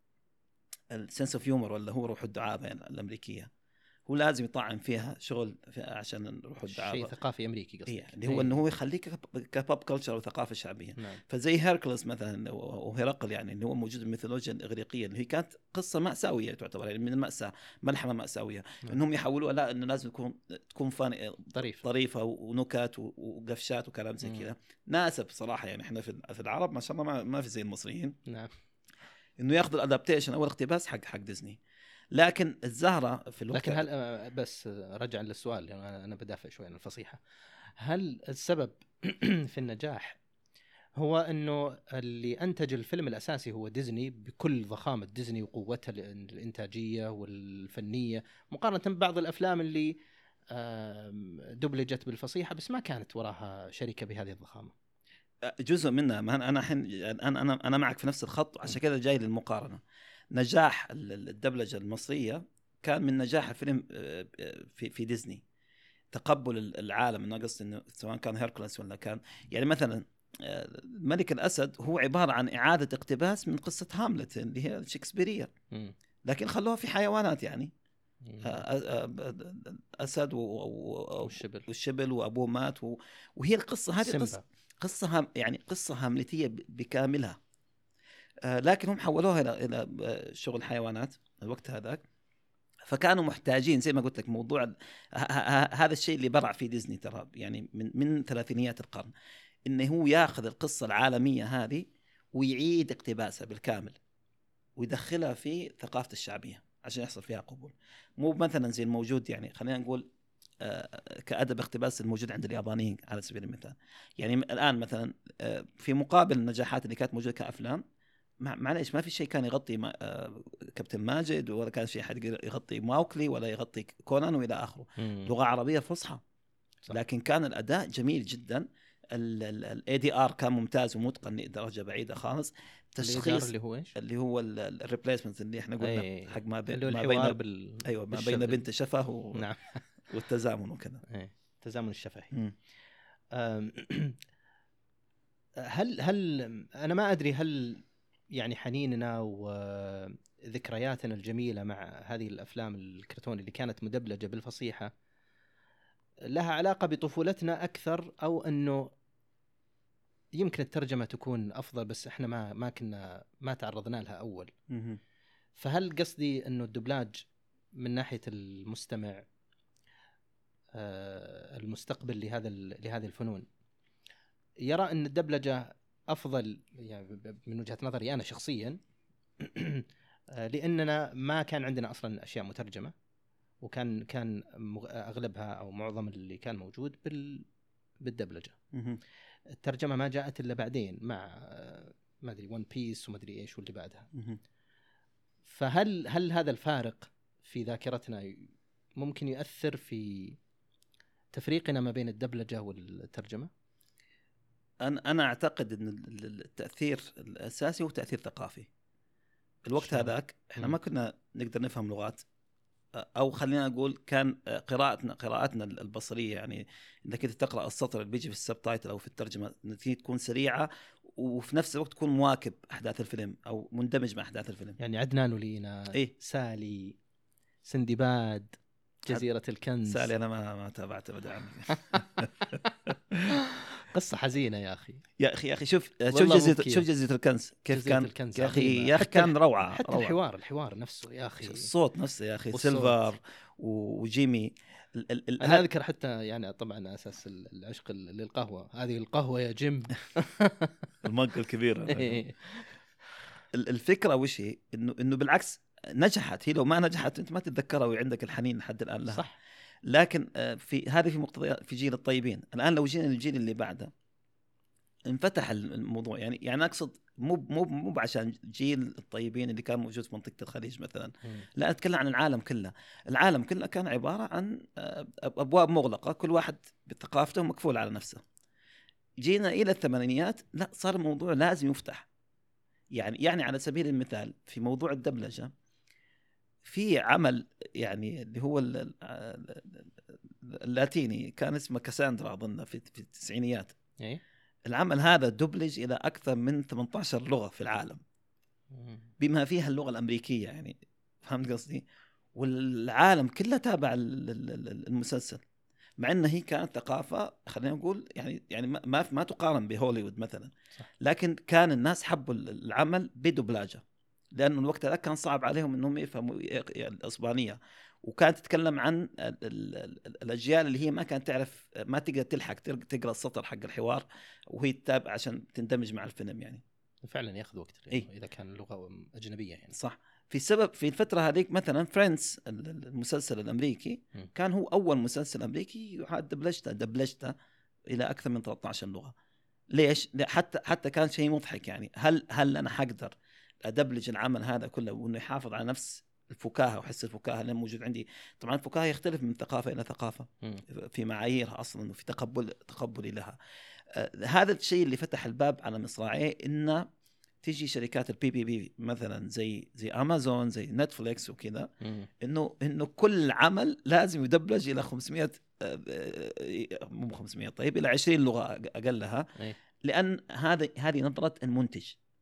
السنس اوف هيومر ولا هو روح الدعابه يعني الامريكيه، هو لازم يطعم فيها شغل فيها عشان روح الدعابه. شيء ثقافي امريكي قصدك. إيه اللي هو إيه. انه هو يخليك كباب كلتشر وثقافه شعبيه. نعم. فزي هيركلس مثلا وهرقل، يعني اللي هو موجود بالميثولوجيا الاغريقيه، اللي هي كانت قصه ماساويه تعتبر، يعني من الماساه، ملحمه ماساويه. نعم. انهم يحولوها لا، انه لازم تكون تكون فاني ظريف. طريفه ونكت وقفشات وكلام زي مم. كذا. ناسب صراحه، يعني احنا في في العرب ما شاء الله ما, ما في زي المصريين نعم. انه ياخذ الادابتيشن او الاقتباس حق حق ديزني. لكن الزهره في الوقت لكن هل آه، بس رجعا للسؤال، يعني انا أنا بدافع شوي عن الفصيحه، هل السبب في النجاح هو انه اللي انتج الفيلم الاساسي هو ديزني بكل ضخامه ديزني وقوتها الانتاجيه والفنيه، مقارنه ببعض الافلام اللي آم، دبلجت بالفصيحه بس ما كانت وراها شركه بهذه الضخامه؟ جزء منها. ما انا انا حين انا انا انا معك في نفس الخط، عشان كذا جاي للمقارنه. نجاح الدبلجه المصريه كان من نجاح الفيلم في في ديزني، تقبل العالم. انا قصدي انه سواء كان هيركلس ولا كان، يعني مثلا ملك الاسد هو عباره عن اعاده اقتباس من قصه هاملت اللي هي شكسبيريه، مم. لكن خلوها في حيوانات يعني مم. اسد و- و- والشبل. والشبل وابوه مات و... وهي القصه هذه سيمبا. قصه قصه هام يعني قصه هاملتيه ب- بكاملها. آه، لكن هم حولوها الى الى آه، شغل حيوانات الوقت هذاك، فكانوا محتاجين زي ما قلت لك موضوع ه- ه- هذا الشيء اللي برع في ديزني ترى، يعني من من ثلاثينيات القرن، انه هو ياخذ القصه العالميه هذه ويعيد اقتباسها بالكامل ويدخلها في ثقافه الشعبيه عشان يحصل فيها قبول. مو مثلا زي الموجود، يعني خلينا نقول آه، كأدب اقتباس الموجود عند اليابانيين على سبيل المثال. يعني الآن مثلا آه، في مقابل النجاحات اللي كانت موجودة كأفلام، مع- معليش ما في شيء كان يغطي ما آه، كابتن ماجد، ولا كان شيء حد يغطي ماوكلي ولا يغطي كونان وإلى آخره. مم. لغة عربية فصحى، صح. لكن كان الأداء جميل جدا. الاي دي ار كان ممتاز ومتقن لدرجة بعيدة خالص. الإدارة تشخيص اللي هو ايش؟ اللي هو الريبليسمنت اللي احنا قلنا أي. حق ما بين اللي هو ما الحوار بين بال... ايوه ما بالشغل. بين بنت شفه و... نعم. والتزامن وكذا. ايه تزامن الشفهي. مم. أم، هل هل انا ما ادري هل يعني حنيننا وذكرياتنا الجميله مع هذه الافلام الكرتون اللي كانت مدبلجه بالفصيحه لها علاقه بطفولتنا اكثر، او انه يمكن الترجمه تكون افضل بس احنا ما ما كنا ما تعرضنا لها اول. مهم. فهل قصدي انه الدبلاج من ناحيه المستمع آه، المستقبل لهذا ال- لهذه الفنون يرى ان الدبلجه افضل، يعني من وجهه نظري انا شخصيا آه، لاننا ما كان عندنا اصلا اشياء مترجمه، وكان كان مغ- اغلبها او معظم اللي كان موجود بال بالدبلجه. مهم. الترجمه ما جاءت الا بعدين مع آه، ما ادري ون بيس وما ادري ايش واللي بعدها. مهم. فهل هل هذا الفارق في ذاكرتنا ي- ممكن يؤثر في تفريقنا ما بين الدبلجه والترجمه؟ انا انا اعتقد ان ال- ال- التاثير الاساسي هو تاثير ثقافي. الوقت شلون؟ هذاك احنا مم. ما كنا نقدر نفهم لغات، او خلينا نقول كان قراءتنا قراءتنا البصريه، يعني انك انت تقرا السطر اللي بيجي في السبتايتل او في الترجمه نتيجة تكون سريعه، وفي نفس الوقت تكون مواكب احداث الفيلم او مندمج مع احداث الفيلم. يعني عدنان ولينا، إيه؟ سالي، سندباد، جزيرة الكنز. سالي أنا ما ما تابعت أبدا. قصة حزينة يا أخي. يا أخي يا أخي شوف شوف جزيرة شوف جزيرة الكنز كيف جزيرة كان الكنز يا أخي يا أخي حتى كان روعة. حتى روعة. الحوار الحوار نفسه يا أخي. الصوت نفسه يا أخي والصوت. سيلفر وجيمي. ال ال ال أنا أذكر حتى يعني طبعا أساس العشق للقهوة، هذه القهوة يا جيم. المج الكبيرة. الفكرة وش هي؟ إنه إنه بالعكس نجحت هي، لو ما نجحت أنت ما تتذكرها وعندك الحنين لحد الآن لها. صح. لكن في هذه في مقتضيات في جيل الطيبين. الآن لو جينا للجيل اللي بعده انفتح الموضوع، يعني يعني أقصد مو مو مو عشان جيل الطيبين اللي كان موجود في منطقة الخليج مثلا، لا أتكلم عن العالم كله. العالم كله كان عبارة عن أبواب مغلقة، كل واحد بثقافته مكفول على نفسه. جينا إلى الثمانينيات لا صار الموضوع لازم يفتح. يعني يعني على سبيل المثال في موضوع الدبلجة في عمل يعني اللي هو اللاتيني كان اسمه كاساندرا أظن في في التسعينيات. إيه؟ العمل هذا دبلج إلى أكثر من ثمانية عشر لغة في العالم بما فيها اللغة الأمريكية، يعني فهمت قصدي؟ والعالم كله تابع المسلسل، مع أنه هي كانت ثقافة خلينا نقول يعني يعني ما ما تقارن بهوليوود مثلا. صح. لكن كان الناس حبوا العمل بدبلاجة، لأنه الوقت ذاك كان صعب عليهم أنهم يفهموا الإسبانية، وكانت تتكلم عن الأجيال اللي هي ما كانت تعرف ما تقدر تلحق تقرأ السطر حق الحوار وهي تتابع عشان تندمج مع الفيلم. يعني فعلا ياخذ وقت إيه؟ إذا كان لغة أجنبية يعني. صح. في سبب في الفترة هذيك مثلا فريندز المسلسل الأمريكي م. كان هو أول مسلسل أمريكي يعاد دبلجته دبلجته إلى أكثر من ثلاثة عشر لغة. ليش؟ حتى حتى كان شيء مضحك، يعني هل هل أنا حقدر أدبلج العمل هذا كله وإنه يحافظ على نفس الفكاهة وحس الفكاهة اللي موجود عندي؟ طبعا الفكاهة يختلف من ثقافة إلى ثقافة م. في معاييرها أصلا وفي تقبل تقبلي لها. آه هذا الشيء اللي فتح الباب على مصراعيه إنه تيجي شركات البي بي بي مثلا زي زي امازون زي نتفليكس وكذا، انه انه كل عمل لازم يدبلج الى خمسمية مو خمسمية طيب الى عشرين لغه اقلها، لان هذا هذه نظره المنتج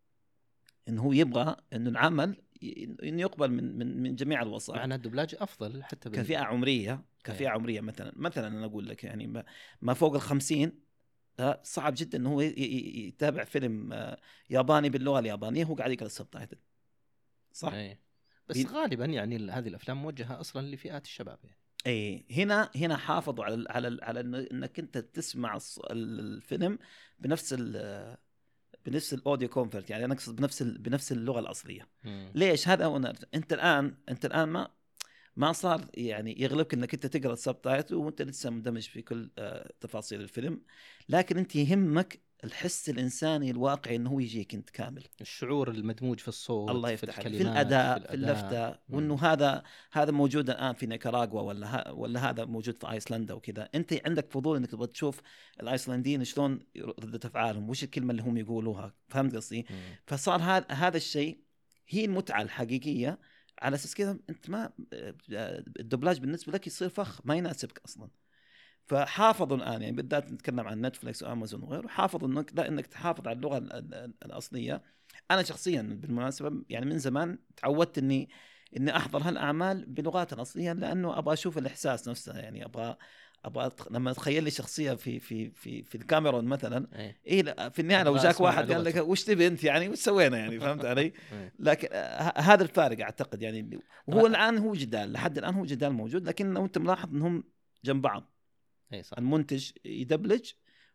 انه هو يبغى انه العمل انه يقبل من من من جميع الوسائط. معنى الدبلاج افضل حتى كفئه عمريه كفئه عمريه مثلا مثلا انا اقول لك يعني ما, ما فوق الخمسين صعب جدا انه هو يتابع فيلم ياباني باللغه اليابانيه هو قاعد يقرا السبتايتل. صح. أي. بس بي... غالبا يعني هذه الافلام موجهه اصلا لفئات الشباب يعني. اي هنا هنا حافظوا على على على انك انت تسمع الفيلم بنفس ال بنفس الاوديو كونفرت، يعني انا اقصد بنفس بنفس اللغه الاصليه. م. ليش هذا هو انت الان انت الان ما ما صار يعني يغلبك انك انت تقرا السبتايتل وانت لسه مندمج في كل تفاصيل الفيلم، لكن انت يهمك الحس الانساني الواقعي انه هو يجيك انت كامل، الشعور المدموج في الصوت، الله في الكلمات، في الاداء، في, في اللفتة، وانه هذا هذا موجود الان في نيكاراغوا ولا ولا هذا موجود في ايسلندا وكذا. انت عندك فضول انك تبغى تشوف الايسلنديين شلون ردة افعالهم، وش الكلمه اللي هم يقولوها، فهمت قصدي؟ فصار هذا هذا الشيء هي المتعه الحقيقيه. على اساس كذا انت ما الدبلاج بالنسبه لك يصير فخ ما يناسبك اصلا. فحافظوا الان يعني بالذات نتكلم عن نتفليكس وامازون وغيره، حافظوا انك لا انك تحافظ على اللغه الاصليه. انا شخصيا بالمناسبه يعني من زمان تعودت اني اني احضر هالاعمال بلغات الاصليه، لانه ابغى اشوف الاحساس نفسه. يعني ابغى ابغى لما اتخيل لي شخصيه في في في في الكاميرون مثلا ايه, إيه في النهايه لو جاك واحد قال لك وش تبي انت يعني وش سوينا يعني فهمت علي؟ لكن هذا الفارق اعتقد يعني. وهو الان هو جدال لحد الان هو جدال موجود، لكن لو انت ملاحظ انهم جنب بعض. اي صح. المنتج يدبلج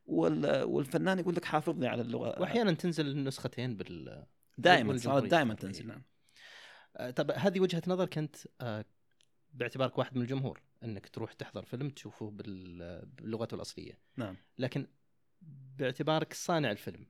والفنان يقول لك حافظ لي على اللغه، واحيانا تنزل النسختين بال دائما صارت دائما تنزل. نعم. طب هذه وجهه نظر كنت باعتبارك واحد من الجمهور انك تروح تحضر فيلم تشوفه بلغته الاصليه. نعم. لكن باعتبارك صانع الفيلم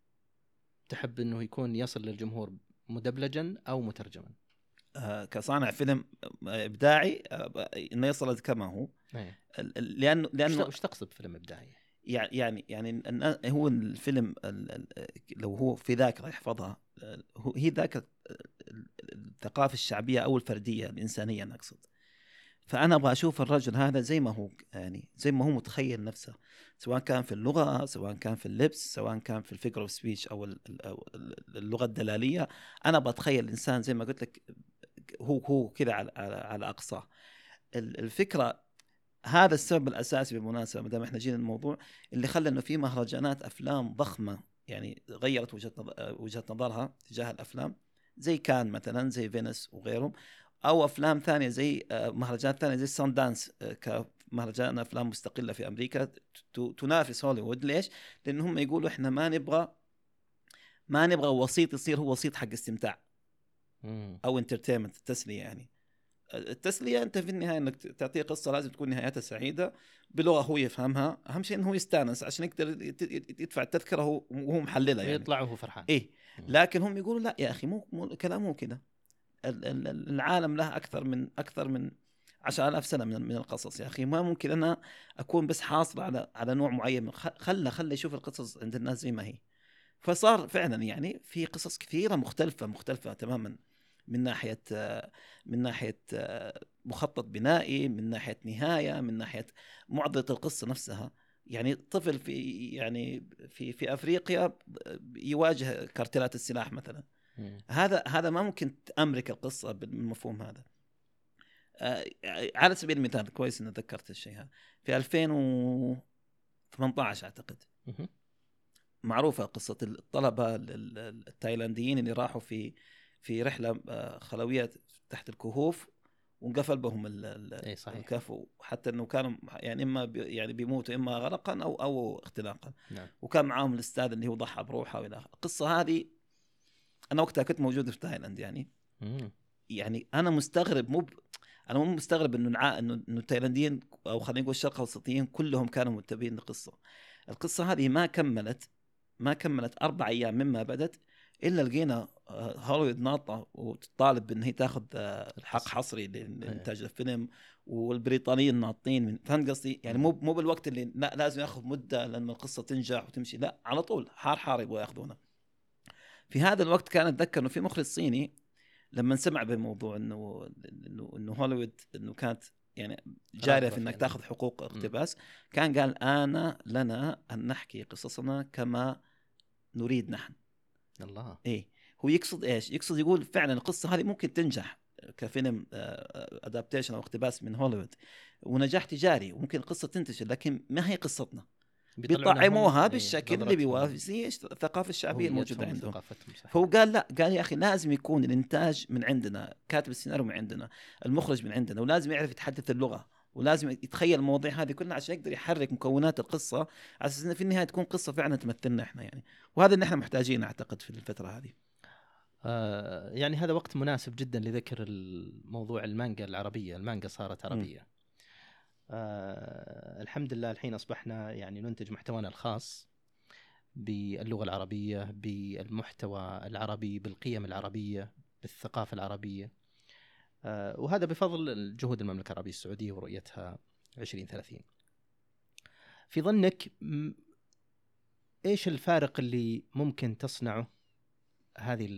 تحب انه يكون يصل للجمهور مدبلجا او مترجما؟ آه كصانع فيلم ابداعي آه انه يصل كما هو. أيه. لانه لانه وش تقصد بفيلم ابداعي؟ يعني يعني يعني هو الفيلم لو هو في ذاكره يحفظها، هي ذاكره الثقافه الشعبيه او الفرديه الانسانيه انا اقصد. فانا ابغى اشوف الرجل هذا زي ما هو، يعني زي ما هو متخيل نفسه، سواء كان في اللغه، سواء كان في اللبس، سواء كان في الفيجر اوف سبيتش او اللغه الدلاليه. انا ابغى اتخيل الانسان زي ما قلت لك هو هو كذا على على اقصاه. الفكره هذا السبب الاساسي بالمناسبه ما دام احنا جينا الموضوع اللي خلى انه في مهرجانات افلام ضخمه يعني غيرت وجهه وجهه نظرها تجاه الافلام زي كان مثلا زي فينيس وغيرهم، او افلام ثانيه زي مهرجانات ثانيه زي سان دانس كمهرجان افلام مستقله في امريكا تنافس هوليوود. ليش؟ لان هم يقولوا احنا ما نبغى ما نبغى وسيط يصير هو وسيط حق استمتاع او انترتينمنت التسليه. يعني التسليه انت في النهايه انك تعطيه قصه لازم تكون نهايتها سعيده بلغه هو يفهمها، اهم شيء انه هو يستانس عشان يقدر يدفع التذكره وهو محللها يعني يطلع وهو فرحان. ايه لكن هم يقولوا لا يا اخي مو, مو كلامه كده. العالم له اكثر من اكثر من عشرة آلاف سنه من من القصص يا اخي، ما ممكن انا اكون بس حاصر على على نوع معين من خله خله يشوف القصص عند الناس زي ما هي. فصار فعلا يعني في قصص كثيره مختلفه مختلفه تماما من ناحيه من ناحيه مخطط بنائي، من ناحيه نهايه، من ناحيه معضله القصه نفسها. يعني طفل في يعني في في افريقيا يواجه كارتلات السلاح مثلا، هذا هذا ما ممكن تأمرك القصة بالمفهوم هذا. آه على سبيل المثال كويس إن ذكرت الشيء هذا، في ألفين وثمانية عشر أعتقد معروفة قصة الطلبة التايلانديين اللي راحوا في في رحلة خلوية تحت الكهوف وانقفل بهم الكهف، حتى انه كانوا يعني اما بي يعني بيموتوا اما غرقا او او اختناقا. نعم. وكان معاهم الاستاذ اللي هو ضحى بروحه والى اخره. القصة هذه انا وقتها كنت موجود في تايلاند يعني مم. يعني انا مستغرب مو ب... انا مو مستغرب انه نع... انه انه التايلانديين او خلينا نقول الشرق الاوسطيين كلهم كانوا متبعين للقصه. القصه هذه ما كملت ما كملت اربع ايام مما بدت الا لقينا هوليوود ناطه وتطالب بان هي تاخذ الحق حصري لانتاج الفيلم، والبريطانيين ناطين من فهمت قصدي يعني مو مو بالوقت اللي لا لازم ياخذ مده لما القصه تنجح وتمشي، لا على طول حار حار يبغوا ياخذونه. في هذا الوقت كان اتذكر انه في مخرج صيني لما سمع بالموضوع انه انه انه هوليوود انه كانت يعني جاريه في انك يعني تاخذ حقوق اقتباس، م. كان قال انا لنا ان نحكي قصصنا كما نريد نحن. الله. ايه هو يقصد ايش؟ يقصد يقول فعلا القصه هذه ممكن تنجح كفيلم ادابتيشن او اقتباس من هوليوود ونجاح تجاري وممكن القصه تنتشر، لكن ما هي قصتنا. بيطعموها بالشكل اللي بيوافي الثقافة الشعبية الموجودة عندهم. فهو قال لا، قال يا أخي لازم يكون الإنتاج من عندنا، كاتب السيناريو من عندنا، المخرج من عندنا، ولازم يعرف يتحدث اللغة، ولازم يتخيل المواضيع هذه كلها عشان يقدر يحرك مكونات القصة على أساس إن في النهاية تكون قصة فعلا تمثلنا إحنا يعني. وهذا اللي إحنا محتاجين أعتقد في الفترة هذه. آه يعني هذا وقت مناسب جدا لذكر الموضوع المانجا العربية. المانجا صارت عربية. م. آه الحمد لله الحين أصبحنا يعني ننتج محتوانا الخاص باللغة العربية، بالمحتوى العربي، بالقيم العربية، بالثقافة العربية. آه وهذا بفضل جهود المملكة العربية السعودية ورؤيتها عشرين ثلاثين. في ظنك إيش الفارق اللي ممكن تصنعه هذه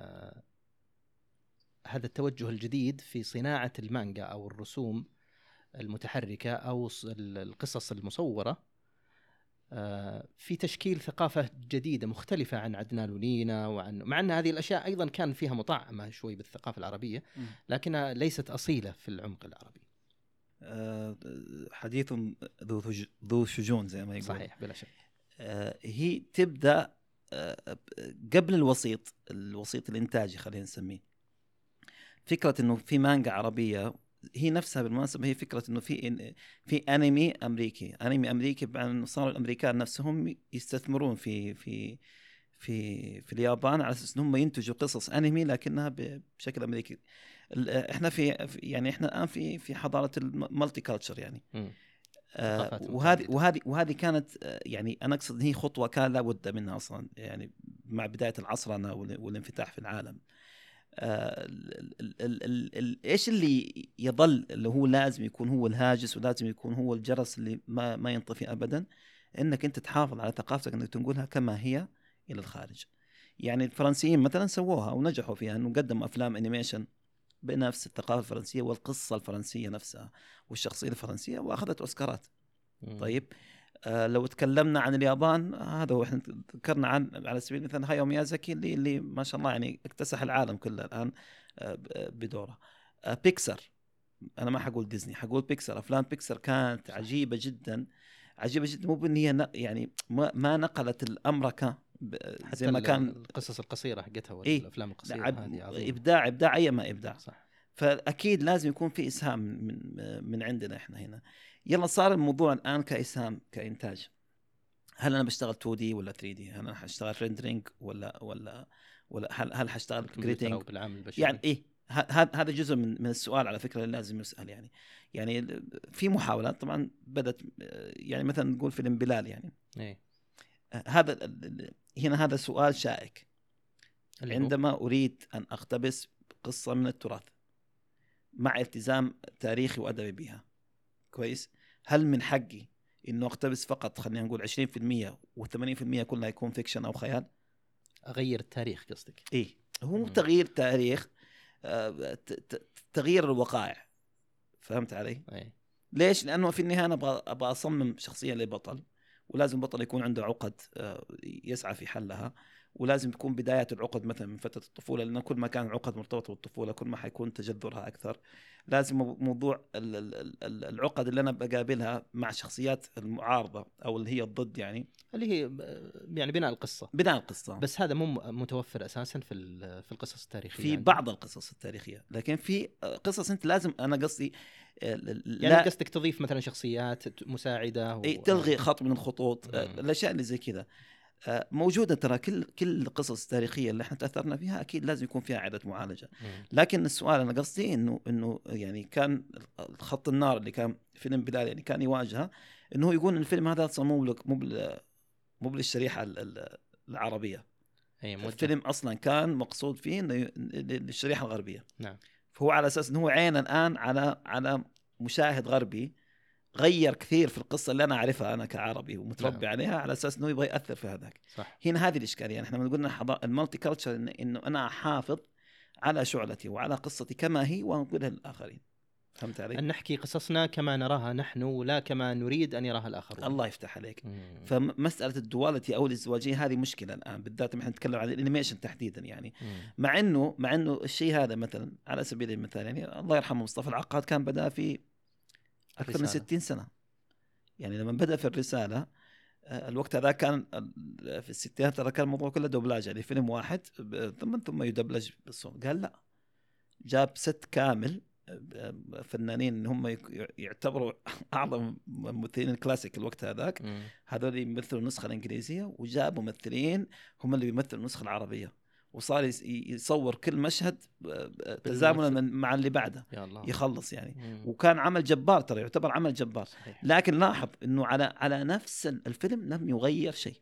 هذا التوجه الجديد في صناعة المانجا أو الرسوم المتحركة أو القصص المصورة في تشكيل ثقافة جديدة مختلفة عن عدنان ولينا، وعن مع أن هذه الأشياء أيضا كان فيها مطعمة شوي بالثقافة العربية لكنها ليست أصيلة في العمق العربي. أه حديث ذو ذو شجون زي ما يقول. صحيح بلا شك. أه هي تبدأ أه قبل الوسيط الوسيط الإنتاجي خلينا نسميه. فكرة إنه في مانجا عربية هي نفسها بالمناسبة هي فكرة إنه في في أنمي أمريكي أنمي أمريكي بأن صاروا الأمريكان نفسهم يستثمرون في في في في اليابان على أساس إنهم ينتجوا قصص أنمي لكنها بشكل أمريكي. إحنا في يعني إحنا الآن في في حضارة المالتي كالتشر يعني. آه وهذه وهذه وهذه كانت يعني أنا أقصد هي خطوة كان لا بد منها أصلا يعني مع بداية العصرنة والانفتاح في العالم. آه ال ال ال ال ايش اللي يظل اللي هو لازم يكون هو الهاجس ولازم يكون هو الجرس اللي ما ما ينطفي ابدا، انك انت تحافظ على ثقافتك انك تنقلها كما هي الى الخارج. يعني الفرنسيين مثلا سووها ونجحوا فيها انه قدموا افلام انيميشن بنفس الثقافه الفرنسيه والقصه الفرنسيه نفسها والشخصيه الفرنسيه واخذت اوسكارات. م. طيب آه لو تكلمنا عن اليابان هذا هو، احنا ذكرنا عن على سبيل المثال هايو ميازاكي اللي اللي ما شاء الله يعني اكتسح العالم كله الان آه بدوره. آه بيكسر انا ما حقول ديزني، حقول بيكسر. افلام بيكسر كانت عجيبه جدا، عجيبه جدا، مو بان هي يعني ما, ما نقلت الامريكا زي ما كان. القصص القصيره حقتها إيه؟ والافلام القصيره هذه عظيمه، ابداع ابداع اي ما ابداع. صح. فاكيد لازم يكون في اسهام من من عندنا احنا هنا. يلا صار الموضوع الان كاسهام كانتاج، هل انا بشتغل تو دي ولا ثري دي؟ هل انا حاشتغل ريندرينج ولا ولا ولا هل هل حاشتغل جريدينج بالعامل البشري؟ يعني ايه، هذا هذا جزء من من السؤال على فكره اللي لازم يسال. يعني يعني في محاولات طبعا بدت، يعني مثلا نقول فيلم بلال يعني ايه هذا هنا هذا سؤال شائك. عندما اريد ان اقتبس قصه من التراث مع التزام تاريخي وادبي بها، كويس، هل من حقي انه اقتبس فقط خلينا نقول عشرين بالمئة وثمانين بالمئة كلها يكون فيكشن او خيال؟ اغير التاريخ قصدك؟ ايه، هو مم. تغيير تاريخ، آه تغيير الوقائع، فهمت علي؟ أي. ليش؟ لانه في النهايه انا ابغى ابغى اصمم شخصيه لبطل، ولازم البطل يكون عنده عقد آه يسعى في حلها، ولازم تكون بدايات العقد مثلا من فتره الطفوله، لان كل ما كان العقد مرتبطه بالطفوله كل ما حيكون تجذرها اكثر. لازم موضوع العقد اللي انا بقابلها مع شخصيات المعارضه او اللي هي الضد، يعني اللي هي يعني بناء القصه بناء القصه. بس هذا مو متوفر اساسا في في القصص التاريخيه، في يعني. بعض القصص التاريخيه، لكن في قصص انت لازم، انا قصدي يعني قصدك تضيف مثلا شخصيات مساعده و... تلغي خط من الخطوط، مم. الاشياء اللي زي كذا موجوده. ترى كل كل القصص التاريخيه اللي احنا تاثرنا فيها اكيد لازم يكون فيها اعاده معالجه. مم. لكن السؤال انا قصدي انه انه يعني كان خط النار اللي كان فيلم بلال يعني كان يواجهه، انه يقول الفيلم هذا صمم لك مو مو بالشريحه العربيه. الفيلم اصلا كان مقصود فيه انه للشريحه الغربيه. نعم. فهو على اساس انه هو عين الان على على مشاهد غربي، غير كثير في القصه اللي انا اعرفها انا كعربي ومتربي نعم. عليها، على اساس انه يبغى ياثر في هذاك. صح. هنا هذه الاشكاليه. يعني احنا من قلنا حضا... المالتي كلتشر إن... انه انا احافظ على شعلتي وعلى قصتي كما هي وانقلها للاخرين. فهمت علي؟ ان نحكي قصصنا كما نراها نحن ولا كما نريد ان يراها الاخرون. الله يفتح عليك. مم. فمساله الدواليتي او الازدواجيه هذه مشكله الان، بالذات احنا نتكلم عن الانيميشن تحديدا. يعني مم. مع انه مع انه الشيء هذا مثلا على سبيل المثال، يعني الله يرحمه مصطفى العقاد كان بدا في اكثر من ستين سنه. يعني لما بدا في الرساله الوقت هذا كان في الستينات، ترى كان الموضوع كله دوبلاج، يعني فيلم واحد ثم ثم يدبلج بالصوت. قال لا، جاب ست كامل فنانين هم يعتبروا اعظم ممثلين الكلاسيك الوقت هذاك، هذول يمثلوا النسخه الانجليزيه، وجاب ممثلين هم اللي بيمثلوا النسخه العربيه، وصار يصور كل مشهد تزامنا مع اللي بعده يخلص يعني. مم. وكان عمل جبار، ترى يعتبر عمل جبار. صحيح. لكن لاحظ انه على على نفس الفيلم لم يغير شيء،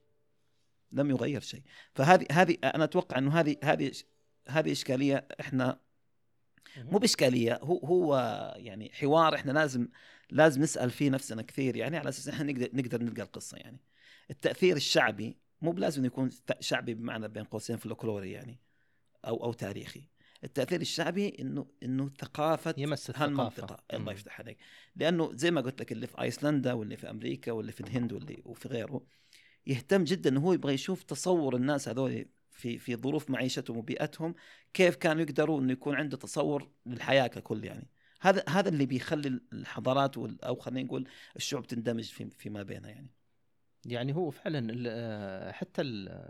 لم يغير شيء. فهذه هذه انا اتوقع انه هذه هذه هذه اشكاليه. احنا مو باشكاليه، هو هو يعني حوار احنا لازم لازم نسال فيه نفسنا كثير، يعني على اساس احنا نقدر نقدر نلقى القصه. يعني التاثير الشعبي مو بلازم يكون شعبي بمعنى بين قوسين فلكلوري يعني او او تاريخي. التاثير الشعبي انه انه ثقافه هالمنطقه. الله يفتح عليك. لانه زي ما قلت لك اللي في ايسلندا واللي في امريكا واللي في الهند واللي وفي غيره يهتم جدا انه هو يبغى يشوف تصور الناس هذول في في ظروف معيشتهم وبيئتهم، كيف كانوا يقدروا انه يكون عنده تصور للحياه ككل. يعني هذا هذا اللي بيخلي الحضارات او خلينا نقول الشعوب تندمج في فيما بينها. يعني يعني هو فعلا حتى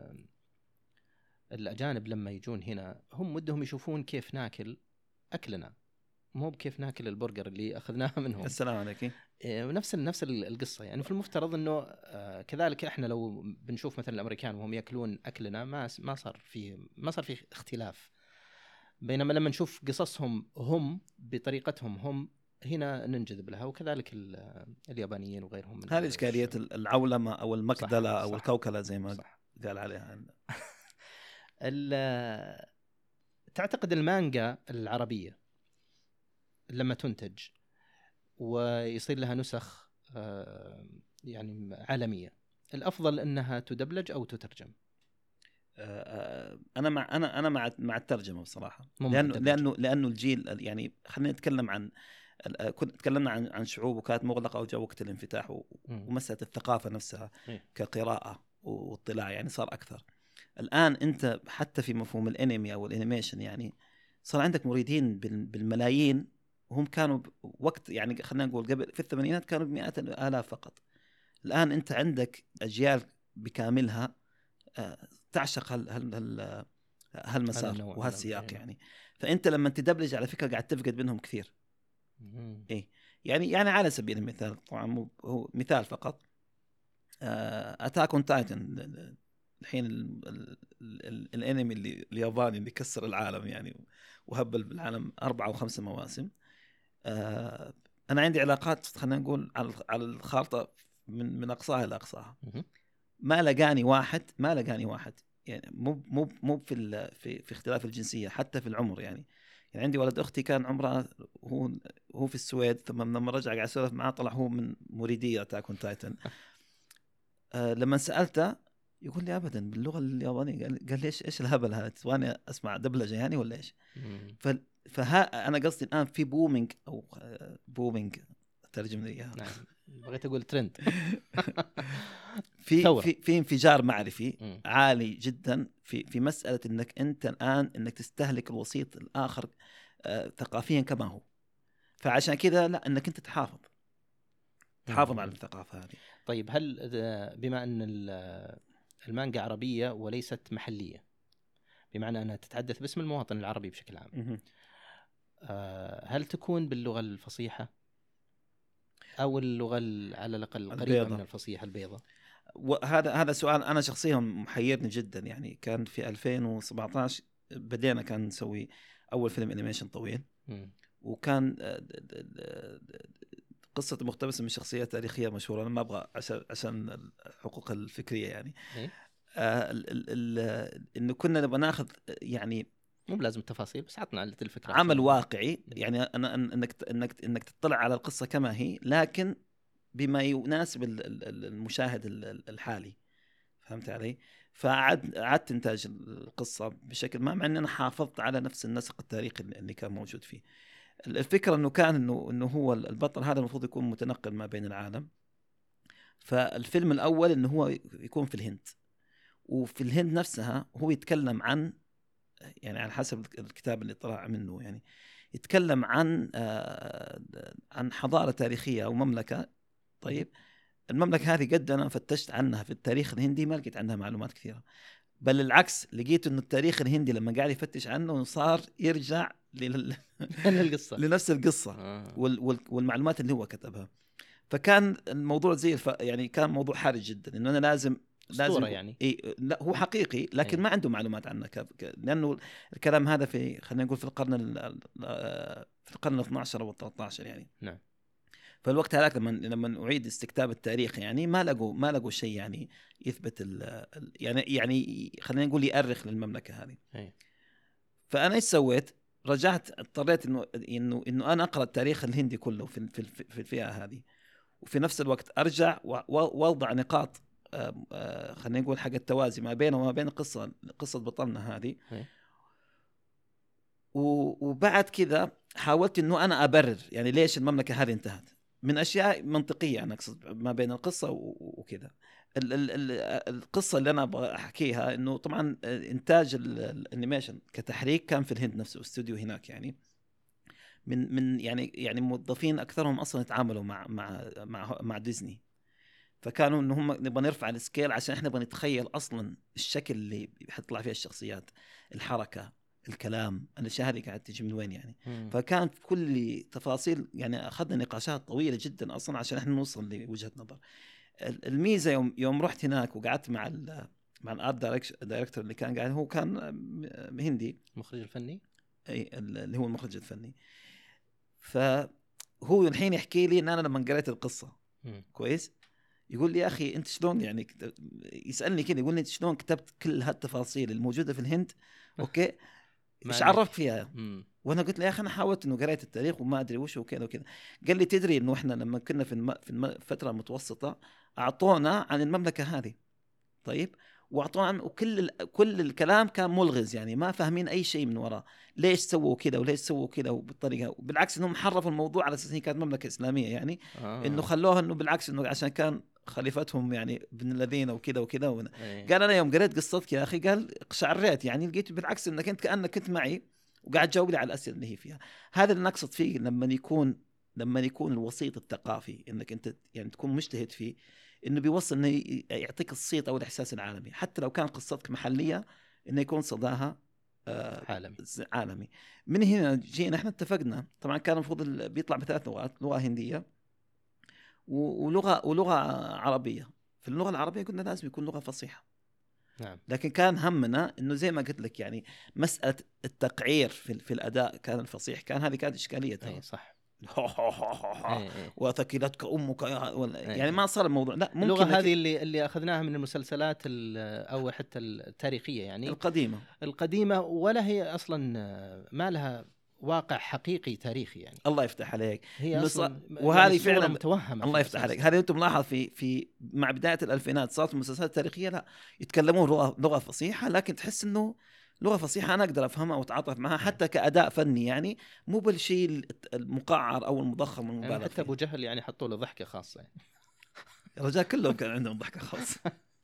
الأجانب لما يجون هنا هم ودهم يشوفون كيف ناكل أكلنا، مو بكيف ناكل البرجر اللي أخذناه منهم. السلام عليكم. نفس نفس القصة. يعني في المفترض إنه كذلك إحنا لو بنشوف مثلا الأمريكان وهم يأكلون أكلنا ما ما صار فيه ما صار فيه اختلاف. بينما لما نشوف قصصهم هم بطريقتهم هم هنا ننجذب لها، وكذلك اليابانيين وغيرهم. هذه إشكالية العولمة أو المكدلة صح أو صح الكوكلة زي ما صح قال عليها. تعتقد المانجا العربية لما تنتج ويصير لها نسخ يعني عالمية، الأفضل أنها تدبلج أو تترجم؟ أنا مع أنا أنا مع مع الترجمة بصراحة، لأنه لأنه لأنه الجيل يعني خلينا نتكلم عن كنت تكلمنا عن عن شعوب وكانت مغلقة وجاء وقت الانفتاح ومسألة الثقافة نفسها كقراءة واطلاع يعني صار أكثر. الآن أنت حتى في مفهوم الأنمي أو الأنيميشن يعني صار عندك مريدين بالملايين هم كانوا وقت يعني خلينا نقول قبل في الثمانينات كانوا بمئات الآلاف فقط. الآن أنت عندك أجيال بكاملها تعشق هال هال هالمسار وهالسياق يعني. فأنت لما تدبلج على فكرة قاعد تفقد منهم كثير. إيه يعني يعني على سبيل المثال طبعا مو هو مثال فقط، أتاك أون تايتن الحين الانمي اللي الياباني اللي كسر العالم يعني وهبل بالعالم أربعة وخمسة مواسم. آه أنا عندي علاقات خلينا نقول على على الخارطة من من أقصاها إلى أقصاها. ما لقاني واحد ما لقاني واحد يعني مو مو مو في في في اختلاف الجنسية، حتى في العمر يعني. يعني عندي ولد أختي كان عمره هو هو في السويد، ثم لما رجع قاعد أسولف معاه طلع هو من مريدية تاكون تايتن. آه لما سألته يقول لي أبدا باللغة اليابانية. قال, قال ليش إيش الهبل هذا؟ تبغاني أسمع دبلجة يعني ولا إيش؟ فها أنا قصدي الآن في بومينج أو بومينج ترجم لي إياها. نعم بغيت أقول ترند. في في في انفجار معرفي م. عالي جدا في في مسألة إنك أنت الآن إنك تستهلك الوسيط الآخر آه ثقافيا كما هو. فعشان كذا لا إنك أنت تحافظ تحافظ م. على الثقافة هذه. طيب هل بما أن المانجا عربية وليست محلية، بمعنى أنها تتحدث باسم المواطن العربي بشكل عام، هل تكون باللغة الفصيحة أو اللغة على الأقل قريبة من الفصيحة البيضاء؟ وهذا هذا سؤال أنا شخصيا محيرني جدا يعني. كان في ألفين وسبعة عشر بدينا كان نسوي أول فيلم أنيميشن طويل م. وكان قصة مقتبسة من شخصية تاريخية مشهورة. أنا ما أبغى عشان عشان الحقوق الفكرية يعني. إيه؟ آه ال ال ال إنه كنا نبغى ناخذ يعني مو بلازم التفاصيل بس عطنا على الفكرة عمل واقعي يعني. أنا إنك إنك إنك تطلع على القصة كما هي لكن بما يناسب المشاهد الحالي. فهمت علي؟ فعد عدت إنتاج القصة بشكل ما، مع إن أنا حافظت على نفس النسق التاريخي اللي كان موجود فيه. الفكرة إنه كان إنه إنه هو البطل هذا المفروض يكون متنقل ما بين العالم. فالفيلم الأول إنه هو يكون في الهند، وفي الهند نفسها هو يتكلم عن يعني على حسب الكتاب اللي طلع منه يعني يتكلم عن آه عن حضارة تاريخية أو مملكة. طيب المملكة هذه قد أنا فتشت عنها في التاريخ الهندي ما لقيت عنها معلومات كثيرة، بل العكس لقيت إنه التاريخ الهندي لما قاعد يفتش عنه صار يرجع لل... للقصة لنفس القصة آه. وال... وال... والمعلومات اللي هو كتبها. فكان الموضوع زي الف... يعني كان موضوع حرج جدا إنه أنا لازم لازم يعني إيه لا هو حقيقي لكن أيه. ما عنده معلومات عنه ك... لأنه الكلام هذا في خلينا نقول في القرن ال... في القرن الاثني عشر أو الثالث عشر يعني. نعم. فالوقت هذاك لما لما أعيد استكتاب التاريخ يعني ما لقوا ما لقوا شيء يعني يثبت ال... يعني يعني خلينا نقول يأرخ للمملكة هذه. أيه. فأنا إيش سويت؟ رجعت اضطريت إنه إنه إنه أنا أقرأ التاريخ الهندي كله في في في الفئة هذه، وفي نفس الوقت أرجع وأوضع نقاط خلينا نقول حق التوازي ما بينه وما بين قصة قصة بطلنا هذه. وبعد كذا حاولت إنه أنا أبرر يعني ليش المملكة هذه انتهت من أشياء منطقية. أنا أقصد ما بين القصة وكذا. القصة اللي أنا أبغى أحكيها إنه طبعا إنتاج الأنيميشن كتحريك كان في الهند نفسه استوديو هناك يعني من من يعني يعني موظفين أكثرهم أصلا يتعاملوا مع مع مع مع ديزني. فكانوا إنه هم نبغى نرفع السكيل عشان إحنا نبغى نتخيل أصلا الشكل اللي حتطلع فيه الشخصيات، الحركة، الكلام، الأشياء هذه قاعدة تجي من وين يعني. مم. فكان في كل تفاصيل يعني أخذنا نقاشات طويلة جدا أصلا عشان إحنا نوصل لوجهة نظر. الميزة يوم يوم رحت هناك وقعدت مع ال مع الارت دايركتور اللي كان قاعد، هو كان هندي، المخرج الفني، اي اللي هو المخرج الفني. فهو الحين يحكي لي ان انا لما قريت القصة م. كويس، يقول لي يا اخي انت شلون يعني، يسالني كذا يقول لي انت شلون كتبت كل هالتفاصيل الموجودة في الهند اوكي ايش عرفت فيها؟ م. وانا قلت له يا اخي انا حاولت انه قريت التاريخ وما ادري وش وكذا وكذا. قال لي تدري انه احنا لما كنا في الم... في الفتره المتوسطه اعطونا عن المملكه هذه، طيب، واعطونا وكل ال... كل الكلام كان ملغز يعني ما فاهمين اي شيء من وراه، ليش سووا كذا وليش سووا كذا وبالطريقه، وبالعكس انهم حرفوا الموضوع على اساس هي كانت مملكه اسلاميه يعني آه. انه خلوها انه بالعكس انه عشان كان خليفتهم يعني ابن الذين وكذا وكذا ونا. قال انا يوم قريت قصتك يا اخي قال قشعريت يعني، لقيت بالعكس انك انت كانك كنت معي وقاعد تجاوب لي على الاسئله اللي هي فيها. هذا اللي نقصد فيه لما يكون لما يكون الوسيط الثقافي انك انت يعني تكون مجتهد فيه، انه بيوصل انه يعطيك الصيت او الاحساس العالمي، حتى لو كان قصتك محليه انه يكون صداها آه عالمي. عالمي. من هنا جينا احنا اتفقنا، طبعا كان المفروض بيطلع بثلاث لغات، لغه هنديه ولغه ولغه عربيه. في اللغه العربيه قلنا لازم يكون لغه فصيحه. نعم. لكن كان همنا انه زي ما قلت لك يعني مساله التقعير في, في الاداء كان الفصيح، كان هذه كانت اشكاليه. اي صح. وثكلتك امك يعني ما صار الموضوع. لا ممكن اللغه هذه اللي اللي اخذناها من المسلسلات او حتى التاريخيه يعني القديمه القديمه، ولا هي اصلا ما لها واقع حقيقي تاريخي يعني. الله يفتح عليك. هي أصلاً وهذه يعني فعلا متوهمه. الله يفتح عليك. هذه انتم ملاحظ في في مع بدايه الالفينات صارت المسلسلات التاريخيه لا يتكلمون لغه لغه فصيحه، لكن تحس انه لغه فصيحه انا اقدر افهمها واتعاطف معها حتى كاداء فني يعني، مو بالشيء المقعر او المضخم المبالغ يعني حتى ابو جهل يعني حطوا له ضحكه خاصه يعني. الرجال كلهم كان عندهم ضحكه خاصه.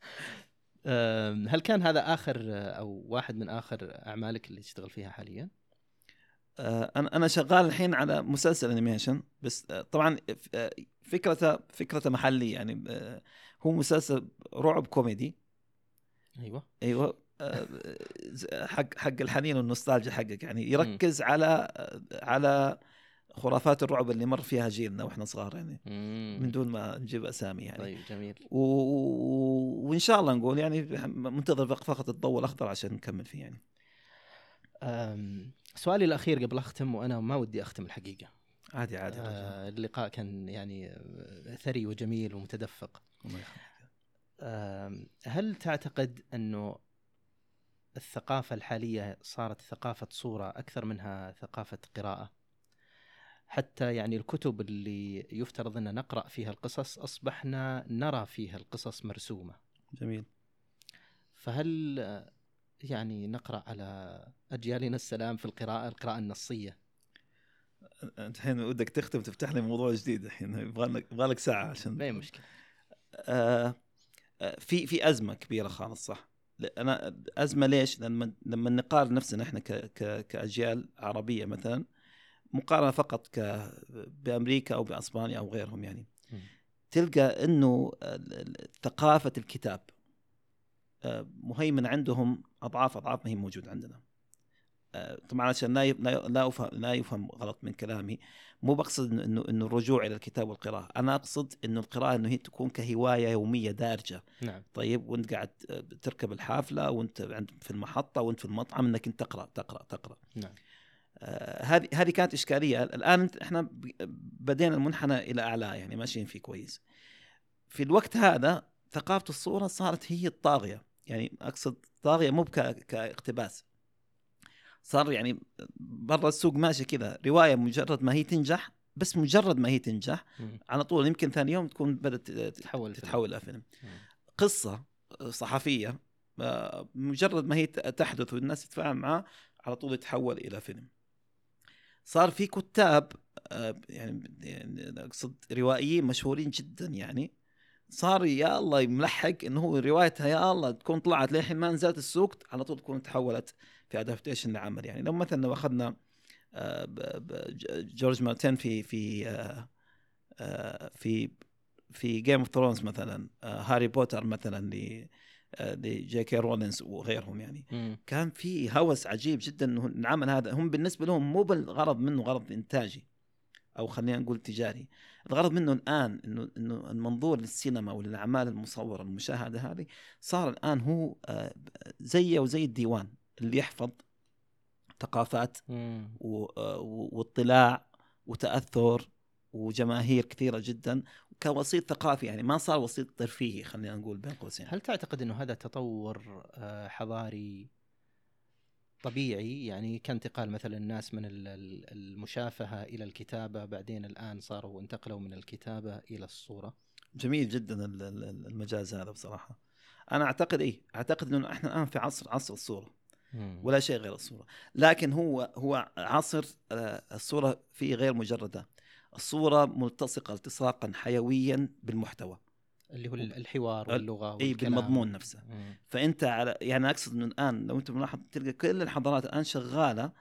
هل كان هذا اخر او واحد من اخر اعمالك اللي تشتغل فيها حاليا؟ انا انا شغال الحين على مسلسل انيميشن، بس طبعا فكرته فكرته محليه يعني، هو مسلسل رعب كوميدي. ايوه ايوه حق حق الحنين والنوستالجيا حقك يعني، يركز م. على على خرافات الرعب اللي مر فيها جيلنا واحنا صغار يعني، م. من دون ما نجيب اسامي يعني. طيب جميل. و... وان شاء الله نقول يعني منتظر فقط الضوء الاخضر عشان نكمل فيه يعني. أم... سؤالي الأخير قبل أختم، وأنا ما ودي أختم الحقيقة. عادي عادي. آه اللقاء كان يعني ثري وجميل ومتدفق. آه هل تعتقد أنه الثقافة الحالية صارت ثقافة صورة أكثر منها ثقافة قراءة؟ حتى يعني الكتب اللي يفترض أن نقرأ فيها القصص أصبحنا نرى فيها القصص مرسومة. جميل. فهل يعني نقرأ على أجيالنا السلام في القراءة القراءة النصية؟ أنت الحين ودك تختم تفتح لي موضوع جديد الحين، يبغالك يبغالك ساعة عشان ما هي مشكلة. آه في في أزمة كبيرة خالص صح. أنا أزمة ليش؟ لما لما نقارن نفسنا إحنا ك ك كأجيال عربية مثلا، مقارنة فقط ك بأمريكا أو بأسبانيا أو غيرهم يعني، م. تلقى إنه ثقافة الكتاب مهيمن عندهم أضعاف أضعاف ما هي موجود عندنا. طبعا عشان لا لا يفهم لا يفهم غلط من كلامي، مو بقصد إنه إنه الرجوع إلى الكتاب والقراءة، أنا أقصد إنه القراءة إنه هي تكون كهواية يومية دارجة. نعم. طيب وأنت قاعد تركب الحافلة وأنت عند في المحطة وأنت في المطعم إنك أنت تقرأ تقرأ تقرأ. نعم. هذه آه هذه كانت إشكالية. الآن إحنا بدينا المنحنى إلى أعلى يعني ماشيين فيه كويس. في الوقت هذا ثقافة الصورة صارت هي الطاغية يعني، أقصد طاغية مو كاقتباس، صار يعني برا السوق ماشي كذا رواية مجرد ما هي تنجح، بس مجرد ما هي تنجح م. على طول يمكن ثاني يوم تكون بدأت تتحول تتحول إلى فيلم. م. قصة صحفية مجرد ما هي تحدث والناس تتفاعل معها على طول يتحول إلى فيلم. صار في كتاب يعني أقصد روائيين مشهورين جدا يعني، صار يا الله ملحق انه هو روايتها يا الله تكون طلعت للحين ما نزلت السوق على طول تكون تحولت في ادابتيشن لعمل يعني. لو مثلا لو اخذنا جورج مارتن في في في في جيم اوف ثرونز مثلا، هاري بوتر مثلا لجي كي رولينز وغيرهم يعني، م. كان في هوس عجيب جدا انه العمل هذا هم بالنسبه لهم مو بالغرض منه غرض انتاجي او خلينا نقول تجاري، الغرض منه الآن إنه إنه المنظور للسينما وللأعمال المصورة المشاهدة هذه صار الآن هو زيه وزي الديوان اللي يحفظ ثقافات واطلاع وتأثر وجماهير كثيرة جدا كوسيط ثقافي يعني، ما صار وسيط ترفيهي خلينا نقول بين قوسين. هل تعتقد إنه هذا تطور حضاري طبيعي يعني، كانتقال مثلا الناس من المشافهة إلى الكتابة، بعدين الآن صاروا انتقلوا من الكتابة إلى الصورة؟ جميل جدا المجاز هذا بصراحة. أنا أعتقد إيه أعتقد إنه إحنا الآن في عصر عصر الصورة ولا شيء غير الصورة، لكن هو هو عصر الصورة فيه غير مجردة، الصورة ملتصقة التصاقا حيويا بالمحتوى اللي هو الحوار واللغة اي بالمضمون نفسه. مم. فانت على يعني اقصد انه الان لو انت ملاحظ تلقى كل الحضارات الان شغاله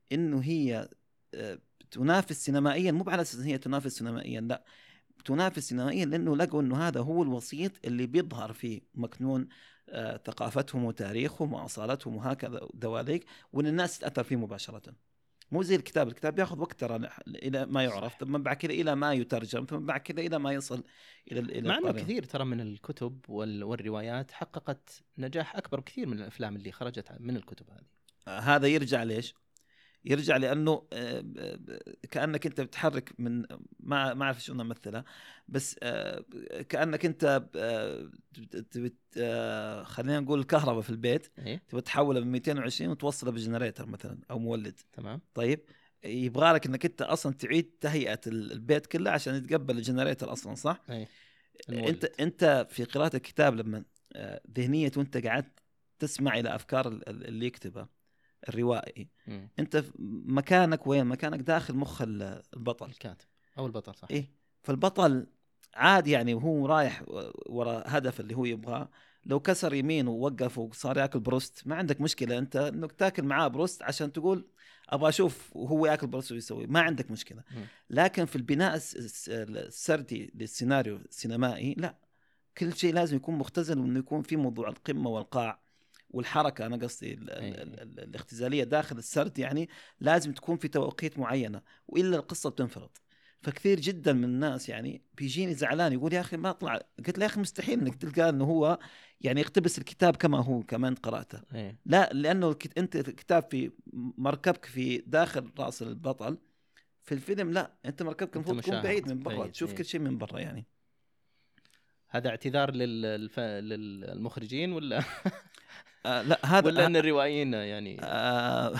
إنه هي تنافس سينمائيا، مو على أساس هي تنافس سينمائيا، لا، تنافس سينمائيا لأنه لقوا إنه هذا هو الوسيط اللي بيظهر فيه مكنون آه ثقافتهم وتاريخهم وأصالتهم وهكذا دواليك، وإن الناس تأثر فيه مباشرة. مو زي الكتاب، الكتاب ياخذ وقت ترى الى ما يعرف، ثم بعد كذا الى ما يترجم، ثم بعد كذا الى ما يصل الى الى مع انه كثير ترى من الكتب والروايات حققت نجاح اكبر بكثير من الافلام اللي خرجت من الكتب هذه. آه هذا يرجع ليش؟ يرجع لانه آه كانك انت بتحرك من ما ما اعرف شو نمثلها، بس آه كانك انت آه آه خلينا نقول الكهرباء في البيت إيه؟ تبغى تحولها من مئتين وعشرين وتوصلها بجنريتر مثلا او مولد. تمام. طيب يبغى لك انك انت اصلا تعيد تهيئه البيت كله عشان يتقبل الجنريتر اصلا، صح؟ أي. انت انت في قراءه الكتاب لما ذهنيه وانت قاعد تسمع الى افكار اللي يكتبها الروائي، م. انت مكانك وين؟ مكانك داخل مخ البطل الكاتب او البطل، صح؟ ايه. فالبطل عادي يعني وهو رايح وراء هدف اللي هو يبغاه، لو كسر يمين ووقف وصار ياكل بروست ما عندك مشكله انت انك تاكل معاه بروست عشان تقول ابغى اشوف وهو ياكل بروست ويسوي، ما عندك مشكله. م. لكن في البناء السردي للسيناريو السينمائي لا، كل شيء لازم يكون مختزل، وانه يكون في موضوع القمه والقاع والحركه، انا قصدي الاختزاليه داخل السرد، يعني لازم تكون في توقيت معينه والا القصه بتنفرط. فكثير جدا من الناس يعني بيجيني زعلان يقول يا اخي ما طلع، قلت له يا اخي مستحيل انك تلقى انه هو يعني يقتبس الكتاب كما هو كمان قراته. أيه. لا، لانه الكت... انت الكتاب في مركبك في داخل راس البطل، في الفيلم لا، انت مركبك المفروض تكون بعيد من برا، تشوف أيه. كل شيء من برا. يعني هذا اعتذار للف... للمخرجين ولا آه لا هذا ولا ان الروائيين يعني آه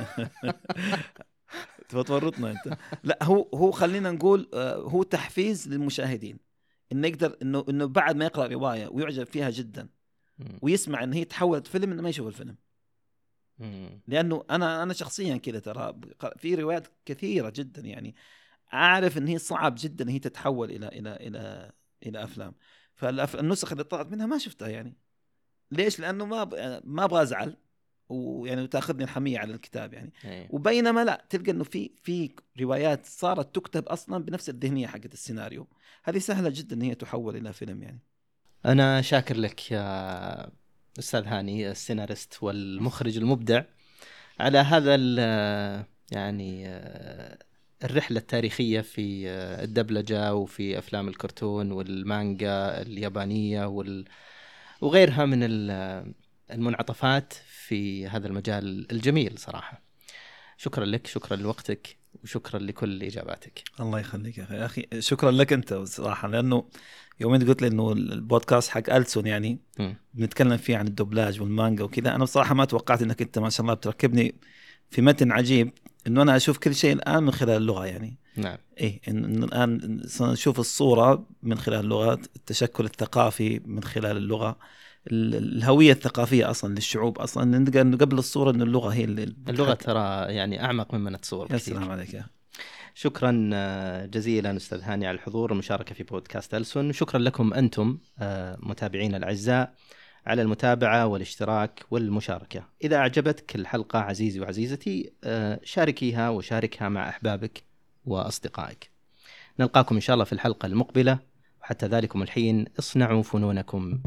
تورطنا انت. لا هو هو خلينا نقول آه هو تحفيز للمشاهدين انه يقدر انه انه بعد ما يقرا روايه ويعجب فيها جدا ويسمع ان هي تحولت فيلم انه ما يشوف الفيلم. لانه انا انا شخصيا كذا ترى في روايات كثيره جدا يعني اعرف ان هي صعب جدا ان هي تتحول الى الى الى الى افلام. فالنسخ اللي طلعت منها ما شفتها يعني. ليش؟ لانه ما ب... ما ابغى ازعل ويعني تاخذني الحميه على الكتاب يعني. أيه. وبينما لا، تلقى انه في في روايات صارت تكتب اصلا بنفس الذهنيه حقت السيناريو، هذه سهله جدا ان هي تحول الى فيلم يعني. انا شاكر لك يا استاذ هاني السيناريست والمخرج المبدع على هذا يعني الرحله التاريخيه في الدبلجه وفي افلام الكرتون والمانجا اليابانيه وال وغيرها من المنعطفات في هذا المجال الجميل صراحة. شكرا لك، شكرا لوقتك، وشكرا لكل إجاباتك. الله يخليك يا أخي. شكرا لك أنت صراحة، لأنه يومين قلت لي إنه البودكاست حق ألسون يعني م. بنتكلم فيه عن الدبلاج والمانجا وكذا. أنا بصراحة ما توقعت إنك أنت ما شاء الله بتركبني في متن عجيب، إنه أنا أشوف كل شيء الآن من خلال اللغة يعني. نعم. إيه، إن الآن نشوف الصورة من خلال اللغة، التشكل الثقافي من خلال اللغة، الهوية الثقافية أصلا للشعوب أصلا. نلقى إنه قبل الصورة إنه اللغة هي اللي اللغة ترى يعني أعمق مما نتصور كثير. يا سلام عليك يا. شكرا جزيلا أستاذ هاني على الحضور والمشاركة في بودكاست ألسون. شكرا لكم أنتم متابعين الأعزاء على المتابعة والاشتراك والمشاركة. إذا أعجبتك الحلقة عزيزي وعزيزتي شاركيها وشاركها مع أحبابك وأصدقائك. نلقاكم إن شاء الله في الحلقة المقبلة، وحتى ذلكم الحين اصنعوا فنونكم.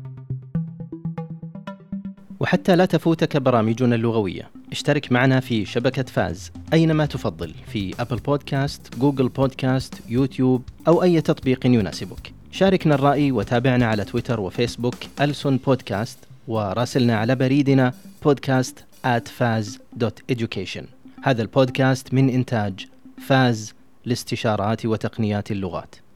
وحتى لا تفوتك برامجنا اللغوية، اشترك معنا في شبكة فاز أينما تفضل، في أبل بودكاست، جوجل بودكاست، يوتيوب أو أي تطبيق يناسبك. شاركنا الرأي وتابعنا على تويتر وفيسبوك ألسون بودكاست، وراسلنا على بريدنا podcast at faz dot education. هذا البودكاست من إنتاج فاز لاستشارات وتقنيات اللغات.